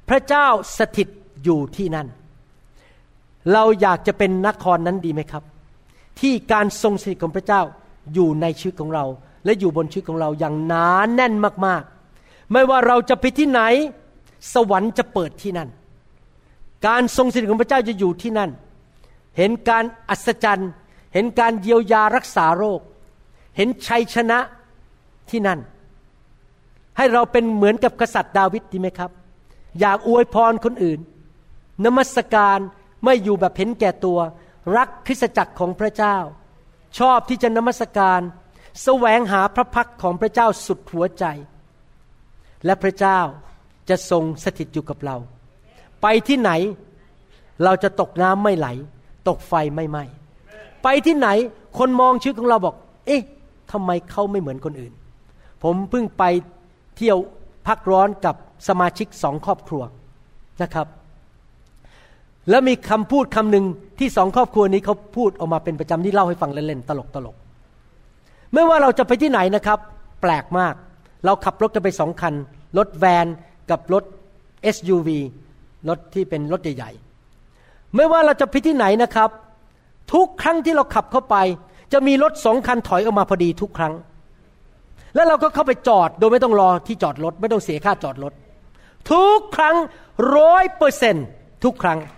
พระเจ้าสถิตอยู่ที่นั่นเราอยากจะเป็นนครนั้นดีไหมครับที่การทรงสถิตของพระเจ้าอยู่ในชีวิตของเราและอยู่บนชีวิตของเราอย่างหนาแน่นมากๆไม่ว่าเราจะไปที่ไหนสวรรค์จะเปิดที่นั่นการทรงสถิตของพระเจ้าจะอยู่ที่นั่นเห็นการอัศจรรย์เห็นการเยียวยารักษาโรคเห็นชัยชนะที่นั่นให้เราเป็นเหมือนกับกษัตริย์ดาวิดดีไหมครับอยากอวยพรคนอื่นนมัสการไม่อยู่แบบเห็นแก่ตัวรักคริสตจักรของพระเจ้าชอบที่จะนมัสการแสวงหาพระพักของพระเจ้าสุดหัวใจและพระเจ้าจะทรงสถิตอยู่กับเราไปที่ไหนเราจะตกน้ำไม่ไหลตกไฟไม่ไหม้ไปที่ไหนคนมองชีวิตของเราบอกเอ๊ะทำไมเขาไม่เหมือนคนอื่นผมเพิ่งไปเที่ยวพักร้อนกับสมาชิกสองครอบครัวนะครับแล้วมีคำพูดคำหนึ่งที่สองครอบครัวนี้เขาพูดออกมาเป็นประจำที่เล่าให้ฟังเล่นๆตลกๆไม่ว่าเราจะไปที่ไหนนะครับแปลกมากเราขับรถกันไปสองคันรถแวนกับรถ เอส ยู วี รถที่เป็นรถใหญ่ๆไม่ว่าเราจะไปที่ไหนนะครับทุกครั้งที่เราขับเข้าไปจะมีรถสองคันถอยออกมาพอดีทุกครั้งแล้วเราก็เข้าไปจอดโดยไม่ต้องรอที่จอดรถไม่ต้องเสียค่าจอดรถทุกครั้ง ร้อยเปอร์เซ็นต์ ทุกครั้ง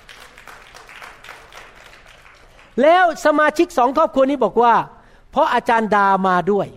แล้วสมาชิกสองครอบครัวนี้บอกว่าเพราะอาจารย์ดามาด้วย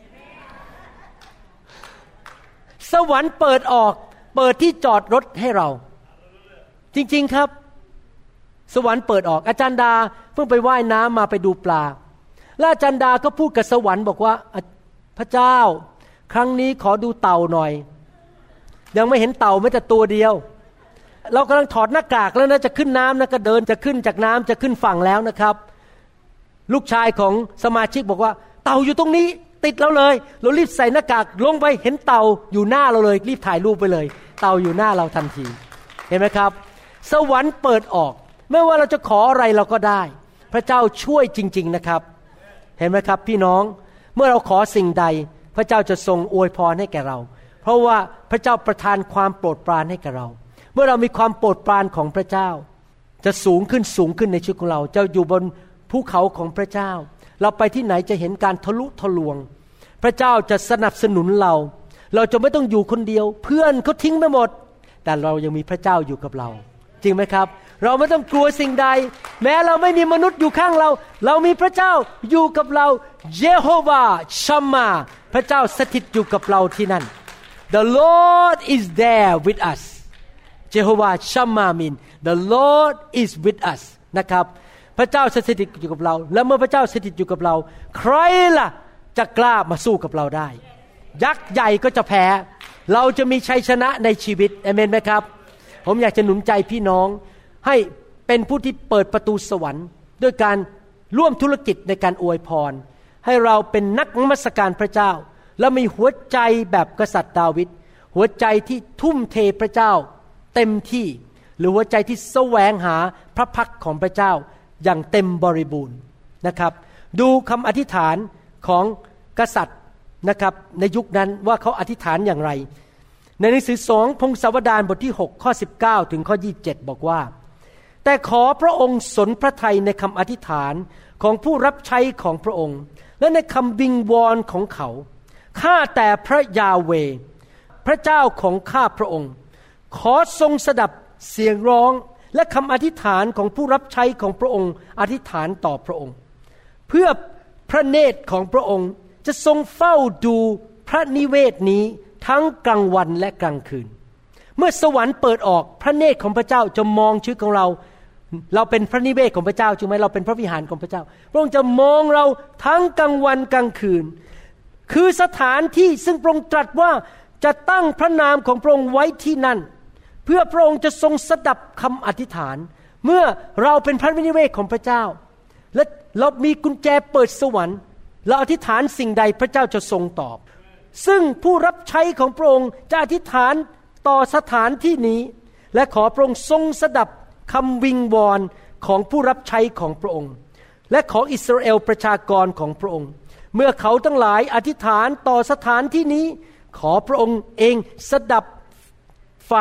สวรรค์เปิดออกเปิดที่จอดรถให้เราจริงๆครับสวรรค์เปิดออกอาจารย์ดาเพิ่งไปว่ายน้ำมาไปดูปลาแล้วอาจารย์ดาก็พูดกับสวรรค์บอกว่าพระเจ้าครั้งนี้ขอดูเต่าหน่อยยังไม่เห็นเต่าแม้แต่ตัวเดียวเรากำลังถอดหน้ากากแล้วนะจะขึ้นน้ำนะก็เดินจะขึ้นจากน้ำจะขึ้นฝั่งแล้วนะครับลูกชายของสมาชิกบอกว่าเต่าอยู่ตรงนี้ติดเราเลยเรารีบใส่หน้ากากลงไปเห็นเต่าอยู่หน้าเราเลยรีบถ่ายรูปไปเลยเต่าอยู่หน้าเราทันทีเห็นไหมครับสวรรค์เปิดออกไม่ว่าเราจะขออะไรเราก็ได้พระเจ้าช่วยจริงๆนะครับเห็นไหมครับพี่น้องเมื่อเราขอสิ่งใดพระเจ้าจะทรงอวยพรให้แก่เราเพราะว่าพระเจ้าประทานความโปรดปรานให้แก่เราเมื่อเรามีความโปรดปรานของพระเจ้าจะสูงขึ้นสูงขึ้นในชีวิตของเราจะอยู่บนภูเขาของพระเจ้าเราไปที่ไหนจะเห็นการทะลุทะลวงพระเจ้าจะสนับสนุนเราเราจะไม่ต้องอยู่คนเดียวเพื่อนเขาทิ้งไปหมดแต่เรายังมีพระเจ้าอยู่กับเราจริงไหมครับเราไม่ต้องกลัวสิ่งใดแม้เราไม่มีมนุษย์อยู่ข้างเราเรามีพระเจ้าอยู่กับเราเยโฮวาห์ชัมมาพระเจ้าสถิตอยู่กับเราที่นั่น The Lord is there with us เยโฮวาห์ชัมมา mean The Lord is with us นะครับพระเจ้าสถิตอยู่กับเราและเมื่อพระเจ้าสถิตอยู่กับเราใครล่ะจะกล้ามาสู้กับเราได้ยักษ์ใหญ่ก็จะแพ้เราจะมีชัยชนะในชีวิตอาเมนไหมครับผมอยากจะหนุนใจพี่น้องให้เป็นผู้ที่เปิดประตูสวรรค์ด้วยการร่วมธุรกิจในการอวยพรให้เราเป็นนักนมัสการพระเจ้าและมีหัวใจแบบกษัตริย์ดาวิดหัวใจที่ทุ่มเทพระเจ้าเต็มที่หรือหัวใจที่แสวงหาพระพักของพระเจ้าอย่างเต็มบริบูรณ์นะครับดูคำอธิษฐานของกษัตริย์นะครับในยุคนั้นว่าเขาอธิษฐานอย่างไรในหนังสือสองพงศาวดารบทที่หกข้อสิบเก้าถึงข้อยี่สิบเจ็ดบอกว่าแต่ขอพระองค์สนพระทัยในคำอธิษฐานของผู้รับใช้ของพระองค์และในคำวิงวอนของเขาข้าแต่พระยาเวห์พระเจ้าของข้าพระองค์ขอทรงสดับเสียงร้องและคำอธิษฐานของผู้รับใช้ของพระองค์อธิษฐานต่อพระองค์เพื่อพระเนตรของพระองค์จะทรงเฝ้าดูพระนิเวศนี้ทั้งกลางวันและกลางคืนเมื่อสวรรค์เปิดออกพระเนตรของพระเจ้าจะมองชีวิตของเราเราเป็นพระนิเวศของพระเจ้าใช่ไหมเราเป็นพระวิหารของพระเจ้าพระองค์จะมองเราทั้งกลางวันกลางคืนคือสถานที่ซึ่งพระองค์ตรัสว่าจะตั้งพระนามของพระองค์ไว้ที่นั่นเพื่อพระองค์จะทรงสดับคำอธิษฐานเมื่อเราเป็นพระนิเวศของพระเจ้าและเรามีกุญแจเปิดสวรรค์เราอธิษฐานสิ่งใดพระเจ้าจะทรงตอบซึ่งผู้รับใช้ของพระองค์จะอธิษฐานต่อสถานที่นี้และขอพระองค์ทรงสดับคำวิงวอนของผู้รับใช้ของพระองค์และของอิสราเอลประชากรของพระองค์เมื่อเขาทั้งหลายอธิษฐานต่อสถานที่นี้ขอพระองค์เองสดับฟัง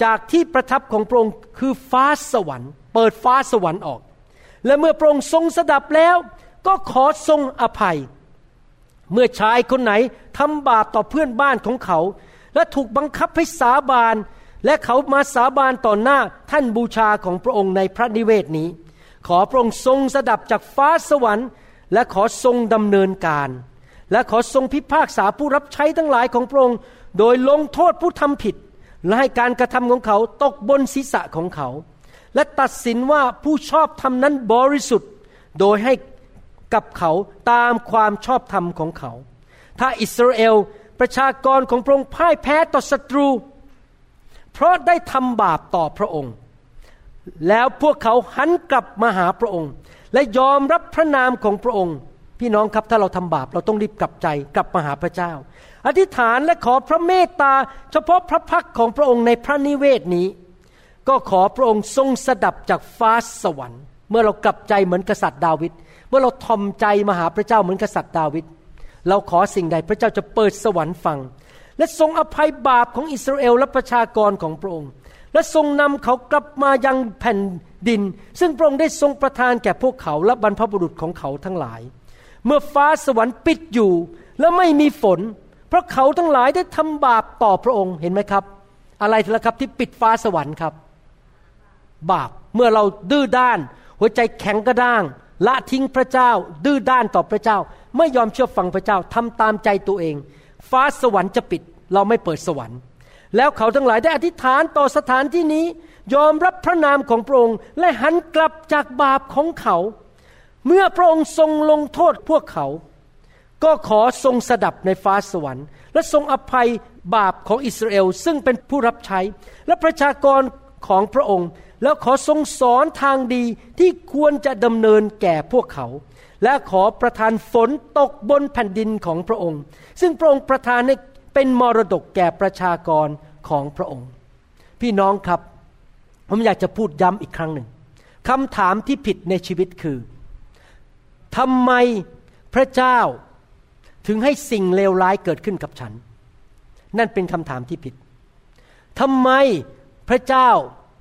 จากที่ประทับของพระองค์คือฟ้าสวรรค์เปิดฟ้าสวรรค์ออกและเมื่อพระองค์ทรงสดับแล้วก็ขอทรงอภัยเมื่อชายคนไหนทำบาปต่อเพื่อนบ้านของเขาและถูกบังคับให้สาบานและเขามาสาบานต่อหน้าท่านบูชาของพระองค์ในพระนิเวศนี้ขอพระองค์ทรงสดับจากฟ้าสวรรค์และขอทรงดำเนินการและขอทรงพิพากษาผู้รับใช้ทั้งหลายของพระองค์โดยลงโทษผู้ทำผิดและให้การกระทำของเขาตกบนศีรษะของเขาและตัดสินว่าผู้ชอบธรรมนั้นบริสุทธิ์โดยให้กับเขาตามความชอบธรรมของเขาถ้าอิสราเอลประชากรของพระองค์พ่ายแพ้ต่อศัตรูเพราะได้ทำบาปต่อพระองค์แล้วพวกเขาหันกลับมาหาพระองค์และยอมรับพระนามของพระองค์พี่น้องครับถ้าเราทำบาปเราต้องรีบกลับใจกลับมาหาพระเจ้าอธิษฐานและขอพระเมตตาเฉพาะพระพักของพระองค์ในพระนิเวศนี้ก็ขอพระองค์ทรงสดับจากฟ้าสวรรค์เมื่อเรากลับใจเหมือนกษัตริย์ดาวิดเมื่อเราทอมใจมาหาพระเจ้าเหมือนกษัตริย์ดาวิดเราขอสิ่งใดพระเจ้าจะเปิดสวรรค์ฟังและทรงอภัยบาปของอิสราเอลและประชากรของพระองค์และทรงนำเขากลับมายังแผ่นดินซึ่งพระองค์ได้ทรงประทานแก่พวกเขาและบรรพบุรุษของเขาทั้งหลายเมื่อฟ้าสวรรค์ปิดอยู่และไม่มีฝนเพราะเขาทั้งหลายได้ทำบาปต่อพระองค์เห็นไหมครับอะไรทีละครับที่ปิดฟ้าสวรรค์ครับบาปเมื่อเราดื้อด้านหัวใจแข็งกระด้างละทิ้งพระเจ้าดื้อด้านต่อพระเจ้าไม่ยอมเชื่อฟังพระเจ้าทำตามใจตัวเองฟ้าสวรรค์จะปิดเราไม่เปิดสวรรค์แล้วเขาทั้งหลายได้อธิษฐานต่อสถานที่นี้ยอมรับพระนามของพระองค์และหันกลับจากบาปของเขาเมื่อพระองค์ทรงลงโทษพวกเขาก็ขอทรงสดับในฟ้าสวรรค์และทรงอภัยบาปของอิสราเอลซึ่งเป็นผู้รับใช้และประชากรของพระองค์แล้วขอทรงสอนทางดีที่ควรจะดำเนินแก่พวกเขาและขอประทานฝนตกบนแผ่นดินของพระองค์ซึ่งพระองค์ประทานให้เป็นมรดกแก่ประชากรของพระองค์พี่น้องครับผมอยากจะพูดย้ำอีกครั้งหนึ่งคำถามที่ผิดในชีวิตคือทำไมพระเจ้าถึงให้สิ่งเลวร้ายเกิดขึ้นกับฉันนั่นเป็นคำถามที่ผิดทำไมพระเจ้า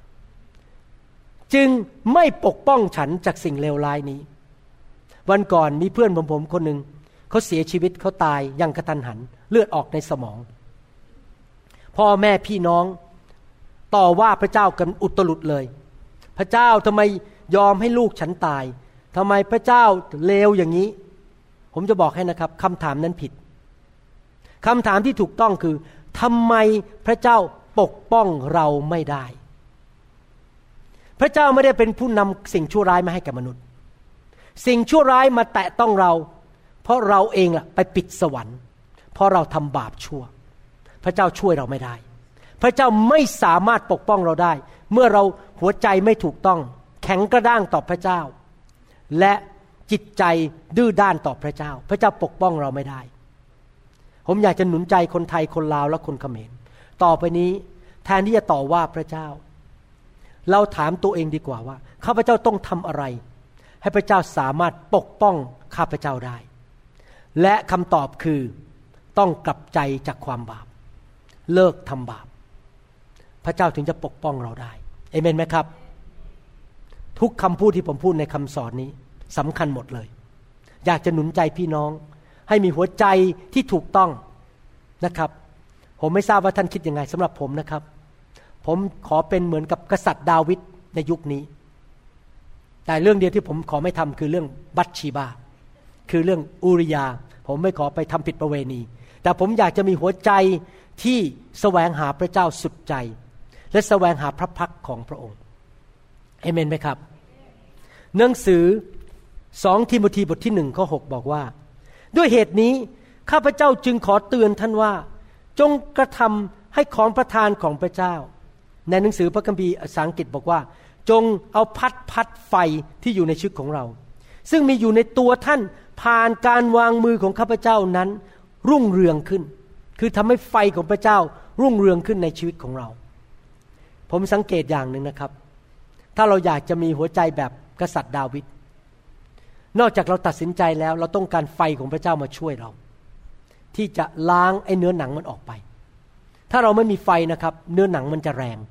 จึงไม่ปกป้องฉันจากสิ่งเลวร้ายนี้วันก่อนมีเพื่อนผมผมคนหนึ่งเขาเสียชีวิตเขาตายอย่างกระทันหันเลือดออกในสมองพ่อแม่พี่น้องต่อว่าพระเจ้ากันอุตลุดเลยพระเจ้าทำไมยอมให้ลูกฉันตายทำไมพระเจ้าเลวอย่างนี้ผมจะบอกให้นะครับคำถามนั้นผิดคำถามที่ถูกต้องคือทำไมพระเจ้าปกป้องเราไม่ได้พระเจ้าไม่ได้เป็นผู้นำสิ่งชั่วร้ายมาให้แก่มนุษย์สิ่งชั่วร้ายมาแตะต้องเราเพราะเราเองล่ะไปปิดสวรรค์เพราะเราทำบาปชั่วพระเจ้าช่วยเราไม่ได้พระเจ้าไม่สามารถปกป้องเราได้เมื่อเราหัวใจไม่ถูกต้องแข็งกระด้างต่อพระเจ้าและจิตใจดื้อด้านต่อพระเจ้าพระเจ้าปกป้องเราไม่ได้ผมอยากจะหนุนใจคนไทยคนลาวและคนเขมรต่อไปนี้แทนที่จะต่อว่าพระเจ้าเราถามตัวเองดีกว่าว่าข้าพเจ้าต้องทำอะไรให้พระเจ้าสามารถปกป้องข้าพเจ้าได้และคำตอบคือต้องกลับใจจากความบาปเลิกทำบาปพระเจ้าถึงจะปกป้องเราได้เอเมนไหมครับทุกคำพูดที่ผมพูดในคำสอนนี้สำคัญหมดเลยอยากจะหนุนใจพี่น้องให้มีหัวใจที่ถูกต้องนะครับผมไม่ทราบว่าท่านคิดยังไงสำหรับผมนะครับผมขอเป็นเหมือนกับกษัตริย์ดาวิดในยุคนี้แต่เรื่องเดียวที่ผมขอไม่ทำคือเรื่องบัตชีบาคือเรื่องอูริยาผมไม่ขอไปทำผิดประเวณีแต่ผมอยากจะมีหัวใจที่แสวงหาพระเจ้าสุดใจและแสวงหาพระพักของพระองค์เอเมนไหมครับหนังสือสองทิโมธีบทที่หนึ่งข้อหกบอกว่าด้วยเหตุนี้ข้าพเจ้าจึงขอเตือนท่านว่าจงกระทำให้ของประทานของพระเจ้าในหนังสือพระคัมภีร์ภาษาอังกฤษบอกว่าจงเอาพัดพัดไฟที่อยู่ในชีวิตของเราซึ่งมีอยู่ในตัวท่านผ่านการวางมือของข้าพเจ้านั้นรุ่งเรืองขึ้นคือทำให้ไฟของพระเจ้ารุ่งเรืองขึ้นในชีวิตของเราผมสังเกตอย่างหนึ่งนะครับถ้าเราอยากจะมีหัวใจแบบกษัตริย์ดาวิดนอกจากเราตัดสินใจแล้วเราต้องการไฟของพระเจ้ามาช่วยเราที่ ที่จะล้างไอ้เนื้อหนังมันออกไปถ้าเราไม่มีไฟนะครับเนื้อหนังมันจะแรง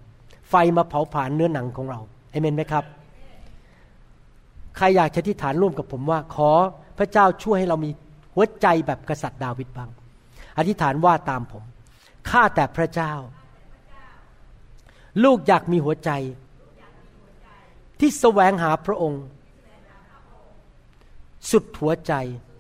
ไฟมาเผาผลาญเนื้อหนังของเราเอเมนไหมครับใครอยากจะอธิษฐานร่วมกับผมว่าขอพระเจ้าช่วยให้เรามีหัวใจแบบกษัตริย์ดาวิดบ้างอธิษฐานว่าตามผมข้าแต่พระเจ้าลูกอยากมีหัวใจที่แสวงหาพระองค์สุดหัวใจ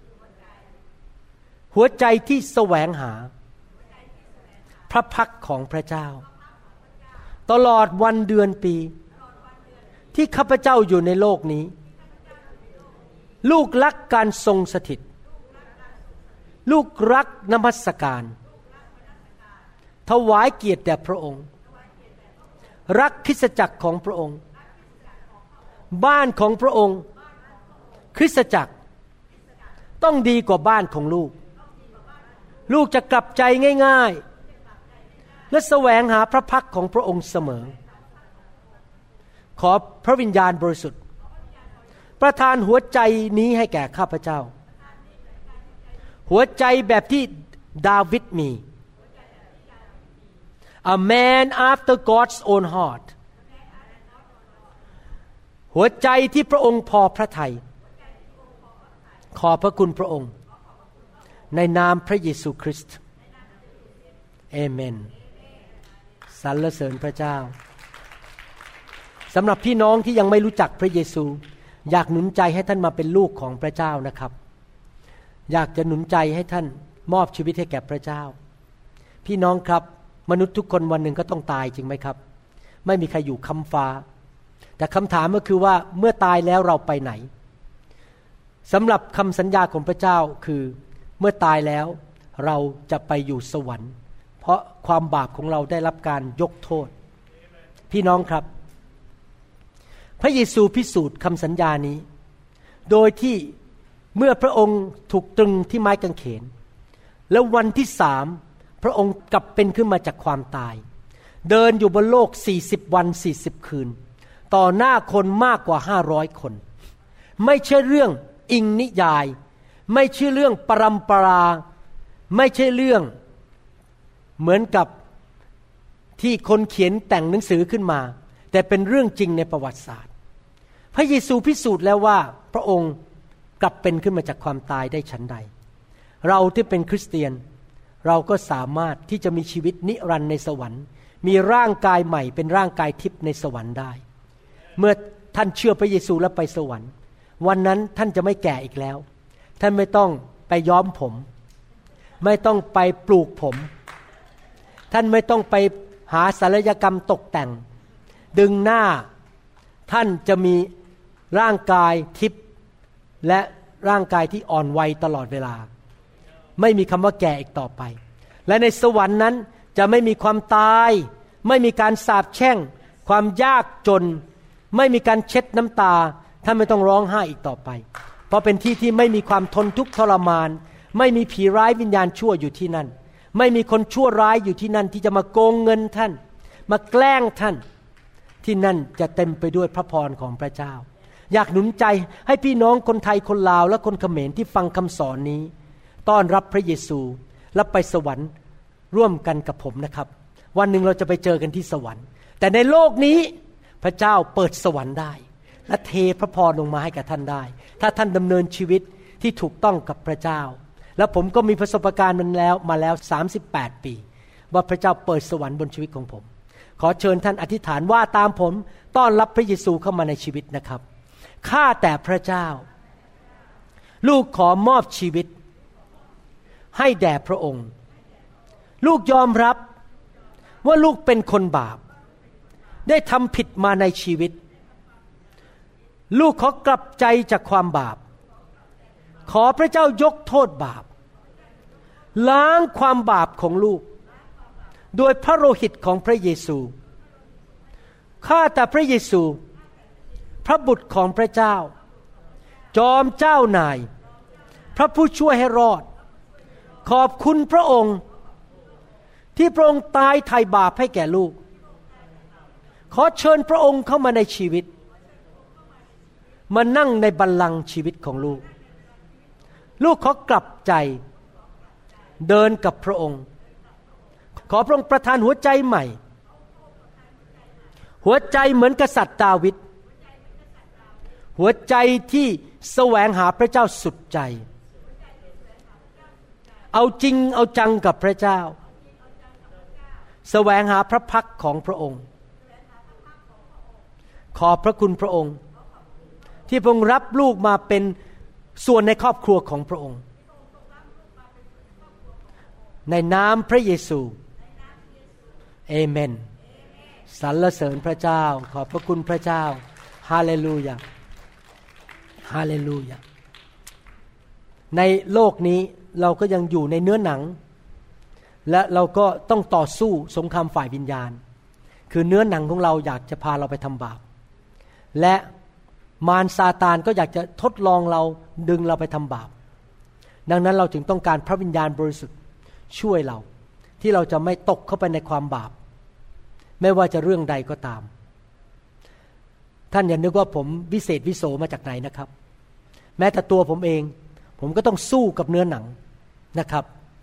หัวใจที่แสวงหาพระพักของพระเจ้าตลอดวันเดือนปีที่ข้าพเจ้าอยู่ในโลกนี้ลูกรักการทรงสถิตลูกรักนมัสการถวายเกียรติแด่พระองค์รักคริสตจักรของพระองค์บ้านของพระองค์คริสตจักรต้องดีกว่าบ้านของลูกลูกจะกลับใจง่ายๆและแสวงหาพระพักของพระองค์เสมอขอพระวิญญาณบริสุทธิ์ประทานหัวใจนี้ให้แก่ข้าพเจ้าหัวใจแบบที่ดาวิดมี A man after God's own heart หัวใจที่พระองค์พอพระทัยขอพระคุณพระองค์ในนามพระเยซูคริสต์เอเมนสรรเสริญพระเจ้าสำหรับพี่น้องที่ยังไม่รู้จักพระเยซูอยากหนุนใจให้ท่านมาเป็นลูกของพระเจ้านะครับอยากจะหนุนใจให้ท่านมอบชีวิตให้แก่พระเจ้าพี่น้องครับมนุษย์ทุกคนวันหนึ่งก็ต้องตายจริงไหมครับไม่มีใครอยู่ค้ำฟ้าแต่คำถามก็คือว่าเมื่อตายแล้วเราไปไหนสำหรับคำสัญญาของพระเจ้าคือเมื่อตายแล้วเราจะไปอยู่สวรรค์เพราะความบาปของเราได้รับการยกโทษพี่น้องครับพระเยซูพิสูจน์คำสัญญานี้โดยที่เมื่อพระองค์ถูกตรึงที่ไม้กางเขนแล้ววันที่สามพระองค์กลับเป็นขึ้นมาจากความตายเดินอยู่บนโลกสี่สิบวันสี่สิบคืนต่อหน้าคนมากกว่าห้าร้อยคนไม่ใช่เรื่องอิงนิยายไม่ใช่เรื่องปรัมปราไม่ใช่เรื่องเหมือนกับที่คนเขียนแต่งหนังสือขึ้นมาแต่เป็นเรื่องจริงในประวัติศาสตร์พระเยซูพิสูจน์แล้วว่าพระองค์กลับเป็นขึ้นมาจากความตายได้ฉันใดเราที่เป็นคริสเตียนเราก็สามารถที่จะมีชีวิตนิรันดร์ในสวรรค์มีร่างกายใหม่เป็นร่างกายทิพย์ในสวรรค์ได้เมื่อท่านเชื่อพระเยซูแล้วไปสวรรค์วันนั้นท่านจะไม่แก่อีกแล้วท่านไม่ต้องไปย้อมผมไม่ต้องไปปลูกผมท่านไม่ต้องไปหาศัลยกรรมตกแต่งดึงหน้าท่านจะมีร่างกายทิพย์และร่างกายที่อ่อนวัยตลอดเวลาไม่มีคำว่าแก่อีกต่อไปและในสวรรค์นั้นจะไม่มีความตายไม่มีการสาปแช่งความยากจนไม่มีการเช็ดน้ำตาท่านไม่ต้องร้องไห้อีกต่อไปเพราะเป็นที่ที่ไม่มีความทนทุกข์ทรมานไม่มีผีร้ายวิญญาณชั่วอยู่ที่นั่นไม่มีคนชั่วร้ายอยู่ที่นั่นที่จะมาโกงเงินท่านมาแกล้งท่านที่นั่นจะเต็มไปด้วยพระพรของพระเจ้าอยากหนุนใจให้พี่น้องคนไทยคนลาวและคนเขมรที่ฟังคำสอนนี้ต้อนรับพระเยซูและไปสวรรค์ร่วมกันกับผมนะครับวันหนึ่งเราจะไปเจอกันที่สวรรค์แต่ในโลกนี้พระเจ้าเปิดสวรรค์ได้และเทพระพรลงมาให้กับท่านได้ถ้าท่านดำเนินชีวิตที่ถูกต้องกับพระเจ้าและผมก็มีประสบการณ์มันแล้วมาแล้วสามสิบแปดปีว่าพระเจ้าเปิดสวรรค์บนชีวิตของผมขอเชิญท่านอธิษฐานว่าตามผมต้อนรับพระเยซูเข้ามาในชีวิตนะครับข้าแต่พระเจ้าลูกขอมอบชีวิตให้แด่พระองค์ลูกยอมรับว่าลูกเป็นคนบาปได้ทำผิดมาในชีวิตลูกขอกลับใจจากความบาปขอพระเจ้ายกโทษบาปล้างความบาปของลูกโดยพระโลหิตของพระเยซูข้าแต่พระเยซูพระบุตรของพระเจ้าจอมเจ้านายพระผู้ช่วยให้รอดขอบคุณพระองค์ที่พระองค์ตายไถ่บาปให้แก่ลูกขอเชิญพระองค์เข้ามาในชีวิตมานั่งในบัลลังก์ชีวิตของลูกลูกขอกลับใจเดินกับพระองค์ขอพระองค์ประทานหัวใจใหม่หัวใจเหมือนกษัตริย์ดาวิดหัวใจที่แสวงหาพระเจ้าสุดใจเอาจริงเอาจังกับพระเจ้าแสวงหาพระพักของพระองค์ขอบพระคุณพระองค์ที่พระองค์รับลูกมาเป็นส่วนในครอบครัวของพระองค์ในนามพระเยซูเอเมนสรรเสริญพระเจ้าขอบพระคุณพระเจ้าฮาเลลูยาฮาเลลูยาในโลกนี้เราก็ยังอยู่ในเนื้อหนังและเราก็ต้องต่อสู้สงครามฝ่ายวิญญาณคือเนื้อหนังของเราอยากจะพาเราไปทำบาปและมารซาตานก็อยากจะทดลองเราดึงเราไปทำบาปดังนั้นเราจึงต้องการพระวิญญาณบริสุทธิ์ช่วยเราที่เราจะไม่ตกเข้าไปในความบาปไม่ว่าจะเรื่องใดก็ตามท่านอย่านึกว่าผมวิเศษวิโสมาจากไหนนะครับแม้แต่ตัวผมเองผมก็ต้องสู้กับเนื้อหนังนะครับ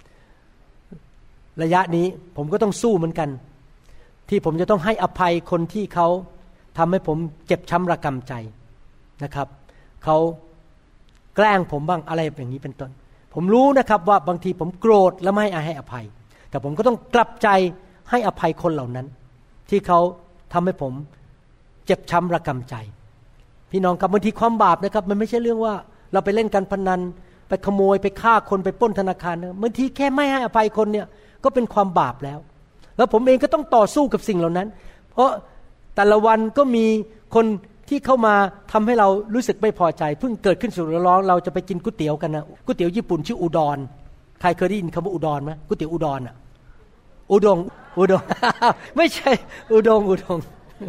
ระยะนี้ผมก็ต้องสู้เหมือนกันที่ผมจะต้องให้อภัยคนที่เขาทำให้ผมเจ็บช้ำระกำใจนะครับเขาแกล้งผมบ้างอะไรอย่างนี้เป็นต้นผมรู้นะครับว่าบางทีผมโกรธและไม่ให้อภัยแต่ผมก็ต้องกลับใจให้อภัยคนเหล่านั้นที่เขาทำให้ผมเจ็บช้ำระกำใจพี่น้องครับบางทีความบาปนะครับมันไม่ใช่เรื่องว่าเราไปเล่นการพนันไปขโมยไปฆ่าคนไปปล้นธนาคารนะบางทีแค่ไม่ให้อภัยคนเนี่ยก็เป็นความบาปแล้วแล้วผมเองก็ต้องต่อสู้กับสิ่งเหล่านั้นเพราะแต่ละวันก็มีคนที่เข้ามาทำให้เรารู้สึกไม่พอใจเพิ่งเกิดขึ้นสุดร้อนเราจะไปกินก๋วยเตี๋ยวกันนะก๋วยเตี๋ยวญี่ปุ่นชื่ออุดรใครเคยได้ยินคำว่าอุดรไหมก๋วยเตี๋ยวอุดรอ่ะอุดงอุดง ไม่ใช่อุดงอุดง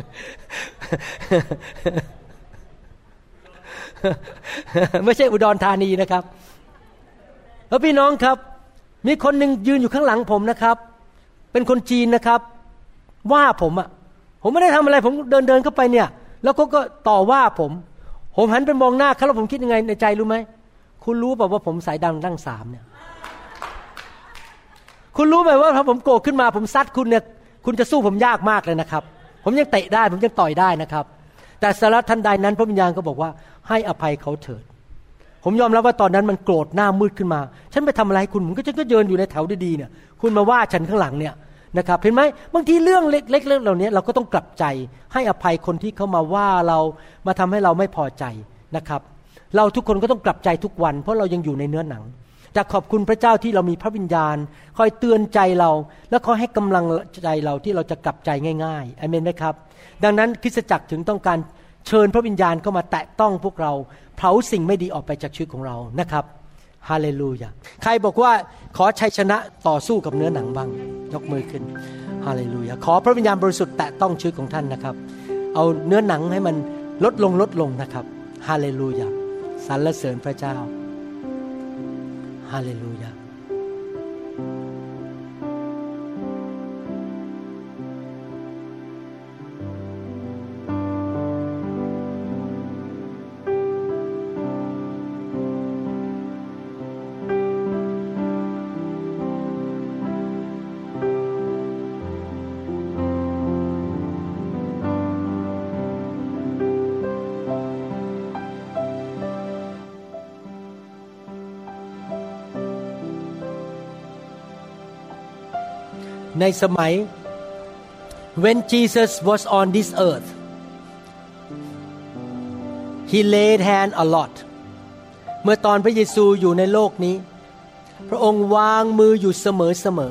ไม่ใช่อุดรธานีนะครับแล้วพี่น้องครับมีคนหนึ่งยืนอยู่ข้างหลังผมนะครับเป็นคนจีนนะครับว่าผมอ่ะผมไม่ได้ทำอะไรผมเดินเดินเข้าไปเนี่ยแล้วก็ก็ต่อว่าผมผมหันไปมองหน้าเขาแล้วผมคิดยังไงในใจรู้ไหมคุณรู้เปล่าว่าผมสายดำดั้งสามเนี่ยคุณรู้ไหมว่าถ้าผมโกรธขึ้นมาผมซัดคุณเนี่ยคุณจะสู้ผมยากมากเลยนะครับผมยังเตะได้ผมยังต่อยได้นะครับแต่สารทันใดนั้นพระวิญญาณก็บอกว่าให้อภัยเขาเถิดผมยอมรับว่าตอนนั้นมันโกรธหน้ามืดขึ้นมาฉันไปทำอะไรคุณผมก็ฉันก็เดินอยู่ในแถวดีๆเนี่ยคุณมาว่าฉันข้างหลังเนี่ยนะครับเห็นไหมบางทีเรื่องเล็กๆเรื่องเหล่านี้เราก็ต้องกลับใจให้อภัยคนที่เขามาว่าเรามาทำให้เราไม่พอใจนะครับเราทุกคนก็ต้องกลับใจทุกวันเพราะเรายังอยู่ในเนื้อหนังจะขอบคุณพระเจ้าที่เรามีพระวิญญาณคอยเตือนใจเราและคอยให้กำลังใจเราที่เราจะกลับใจง่ายๆอาเมนไหมครับดังนั้นคริสตจักรถึงต้องการเชิญพระวิญญาณเข้ามาแตะต้องพวกเราเผาสิ่งไม่ดีออกไปจากชีวิตของเรานะครับฮาเลลูยาใครบอกว่าขอชัยชนะต่อสู้กับเนื้อหนังบ้างยกมือขึ้นฮาเลลูยาขอพระวิญญาณบริสุทธิ์แตะต้องชีวิตของท่านนะครับเอาเนื้อหนังให้มันลดลงลดลงนะครับฮาเลลูยาสรรเสริญพระเจ้าฮาเลลูยาในสมัย when Jesus was on this earth he laid hand a lot เมื่อตอนพระเยซูอยู่ในโลกนี้พระองค์วางมืออยู่เสมอ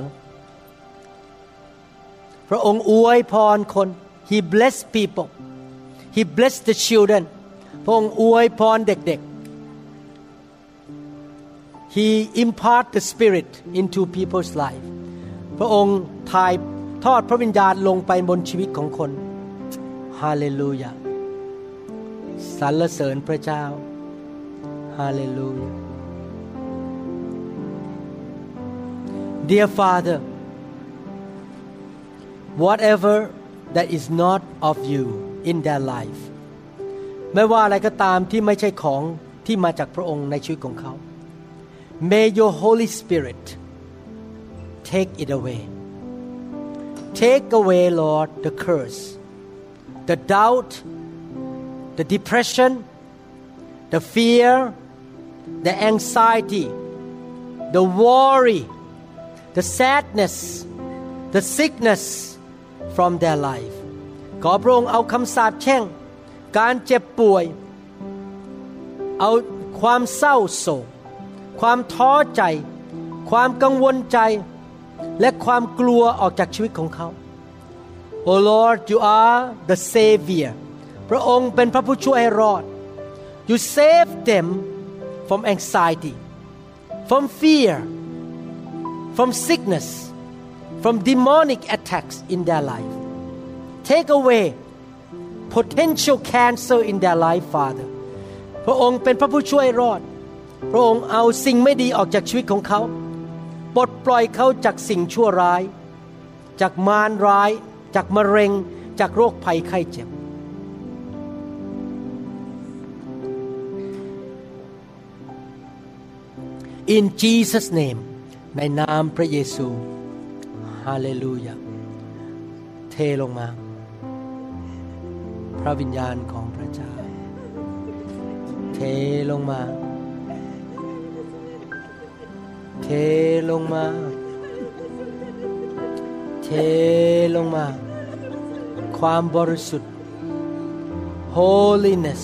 ๆพระองค์อวยพรคน he blessed people he blessed the children พระองค์อวยพรเด็กๆ he impart the spirit into people's lifeพระองค์ถ่ายทอดพระวิญญาณลงไปบนชีวิตของคนฮาเลลูยาสรรเสริญพระเจ้าฮาเลลูยา Dear Father whatever that is not of you in their life ไม่ว่าอะไรก็ตามที่ไม่ใช่ของที่มาจากพระองค์ในชีวิตของเขา May your Holy Spirit take it away take away Lord the curse the doubt, the depression, the fear, the anxiety, the worry, the sadness, the sickness from their life ขอพระองค์เอาคำสาปแช่งการเจ็บป่วยเอาความเศร้าโศกความท้อใจความกังวลใจและความกลัวออกจากชีวิตของเขา Oh Lord you are the Savior พระองค์เป็นพระผู้ช่วยให้รอด You save them from anxiety from fear from sickness from demonic attacks in their life take away potential cancer in their life Father พระองค์เป็นพระผู้ช่วยรอดพระองค์เอาสิ่งไม่ดีออกจากชีวิตของเขาปลดปล่อยเขาจากสิ่งชั่วร้ายจากมารร้ายจากมะเร็งจากโรคภัยไข้เจ็บ In Jesus name ในนามพระเยซูฮาเลลูยาเทลงมาพระวิญญาณของพระเจ้าเทลงมาเทลงมาเทลงมาความบริสุทธิ์ holiness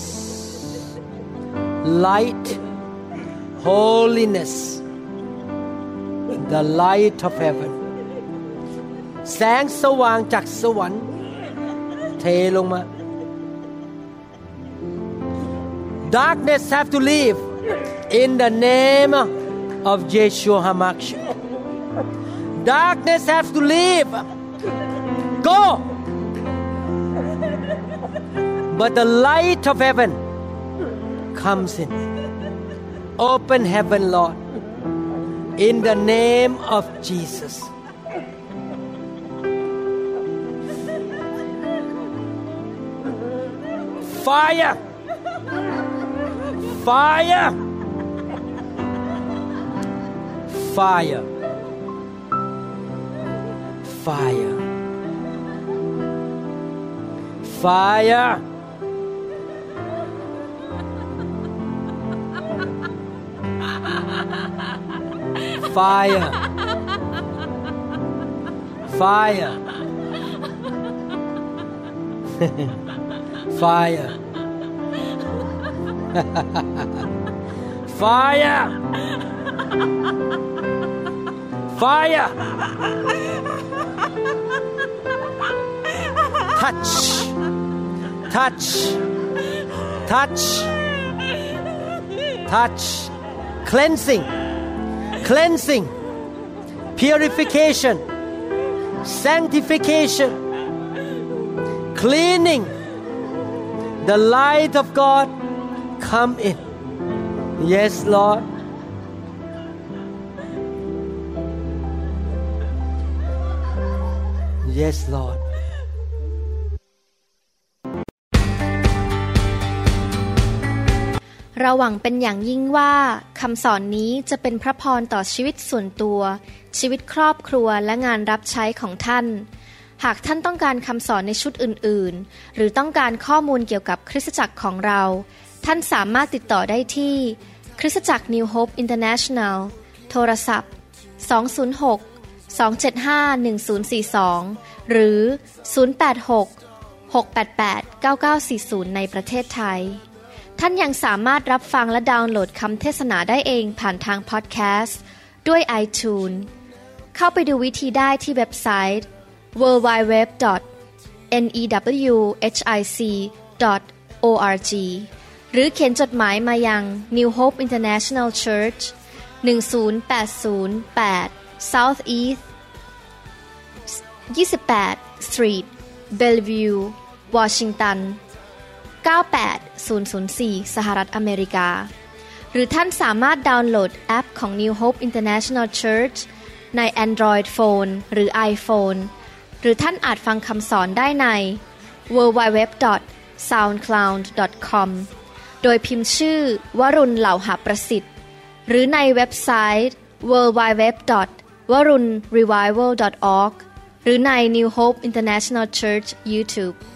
light holiness the light of heaven แสงสว่างจากสวรรค์เทลงมา darkness have to leave in the name of Yeshua HaMashiach darkness have to leave go but the light of heaven comes in open heaven Lord in the name of Jesus fire fire fire fire fire fire fire fire fire fire touch touch touch touch cleansing cleansing purification sanctification cleaning the light of God come in yes Lord yes Lord เราหวังเป็นอย่างยิ่งว่าคำสอนนี้จะเป็นพระพรต่อชีวิตส่วนตัวชีวิตครอบครัวและงานรับใช้ของท่านหากท่านต้องการคำสอนในชุดอื่นๆหรือต้องการข้อมูลเกี่ยวกับคริสตจักรของเราท่านสามารถติดต่อได้ที่คริสตจักร New Hope International โทรศัพท์สอง ศูนย์ หก สอง เจ็ด ห้า หนึ่ง ศูนย์ สี่ สองหรือศูนย์ แปด หก หก แปด แปด เก้า เก้า สี่ ศูนย์ในประเทศไทยท่านยังสามารถรับฟังและดาวน์โหลดคำเทศนาได้เองผ่านทางพอดแคสต์ด้วย iTunes เข้าไปดูวิธีได้ที่เว็บไซต์ ดับเบิลยู ดับเบิลยู ดับเบิลยู ดอท เน อี ดับเบิลยู เอช ไอ ซี ดอท โอ อาร์ จี หรือเขียนจดหมายมายัง New Hope International Church หนึ่ง ศูนย์ แปด ศูนย์ แปด South East ยี่สิบแปด Street Bellevue Washington เก้า แปด ศูนย์ ศูนย์ สี่ สหรัฐอเมริกาหรือท่านสามารถดาวน์โหลดแอปของ New Hope International Church ใน Android Phone หรือ iPhone หรือท่านอาจฟังคำสอนได้ใน ดับเบิลยู ดับเบิลยู ดับเบิลยู ดอท ซาวด์คลาวด์ ดอท คอม โดยพิมพ์ชื่อวรุณเหล่าหาประสิทธิ์หรือในเว็บไซต์ ดับเบิลยู ดับเบิลยู ดับเบิลยู ดอท วรุณรีไววัล ดอท ออร์ก หรือใน New Hope International Church YouTube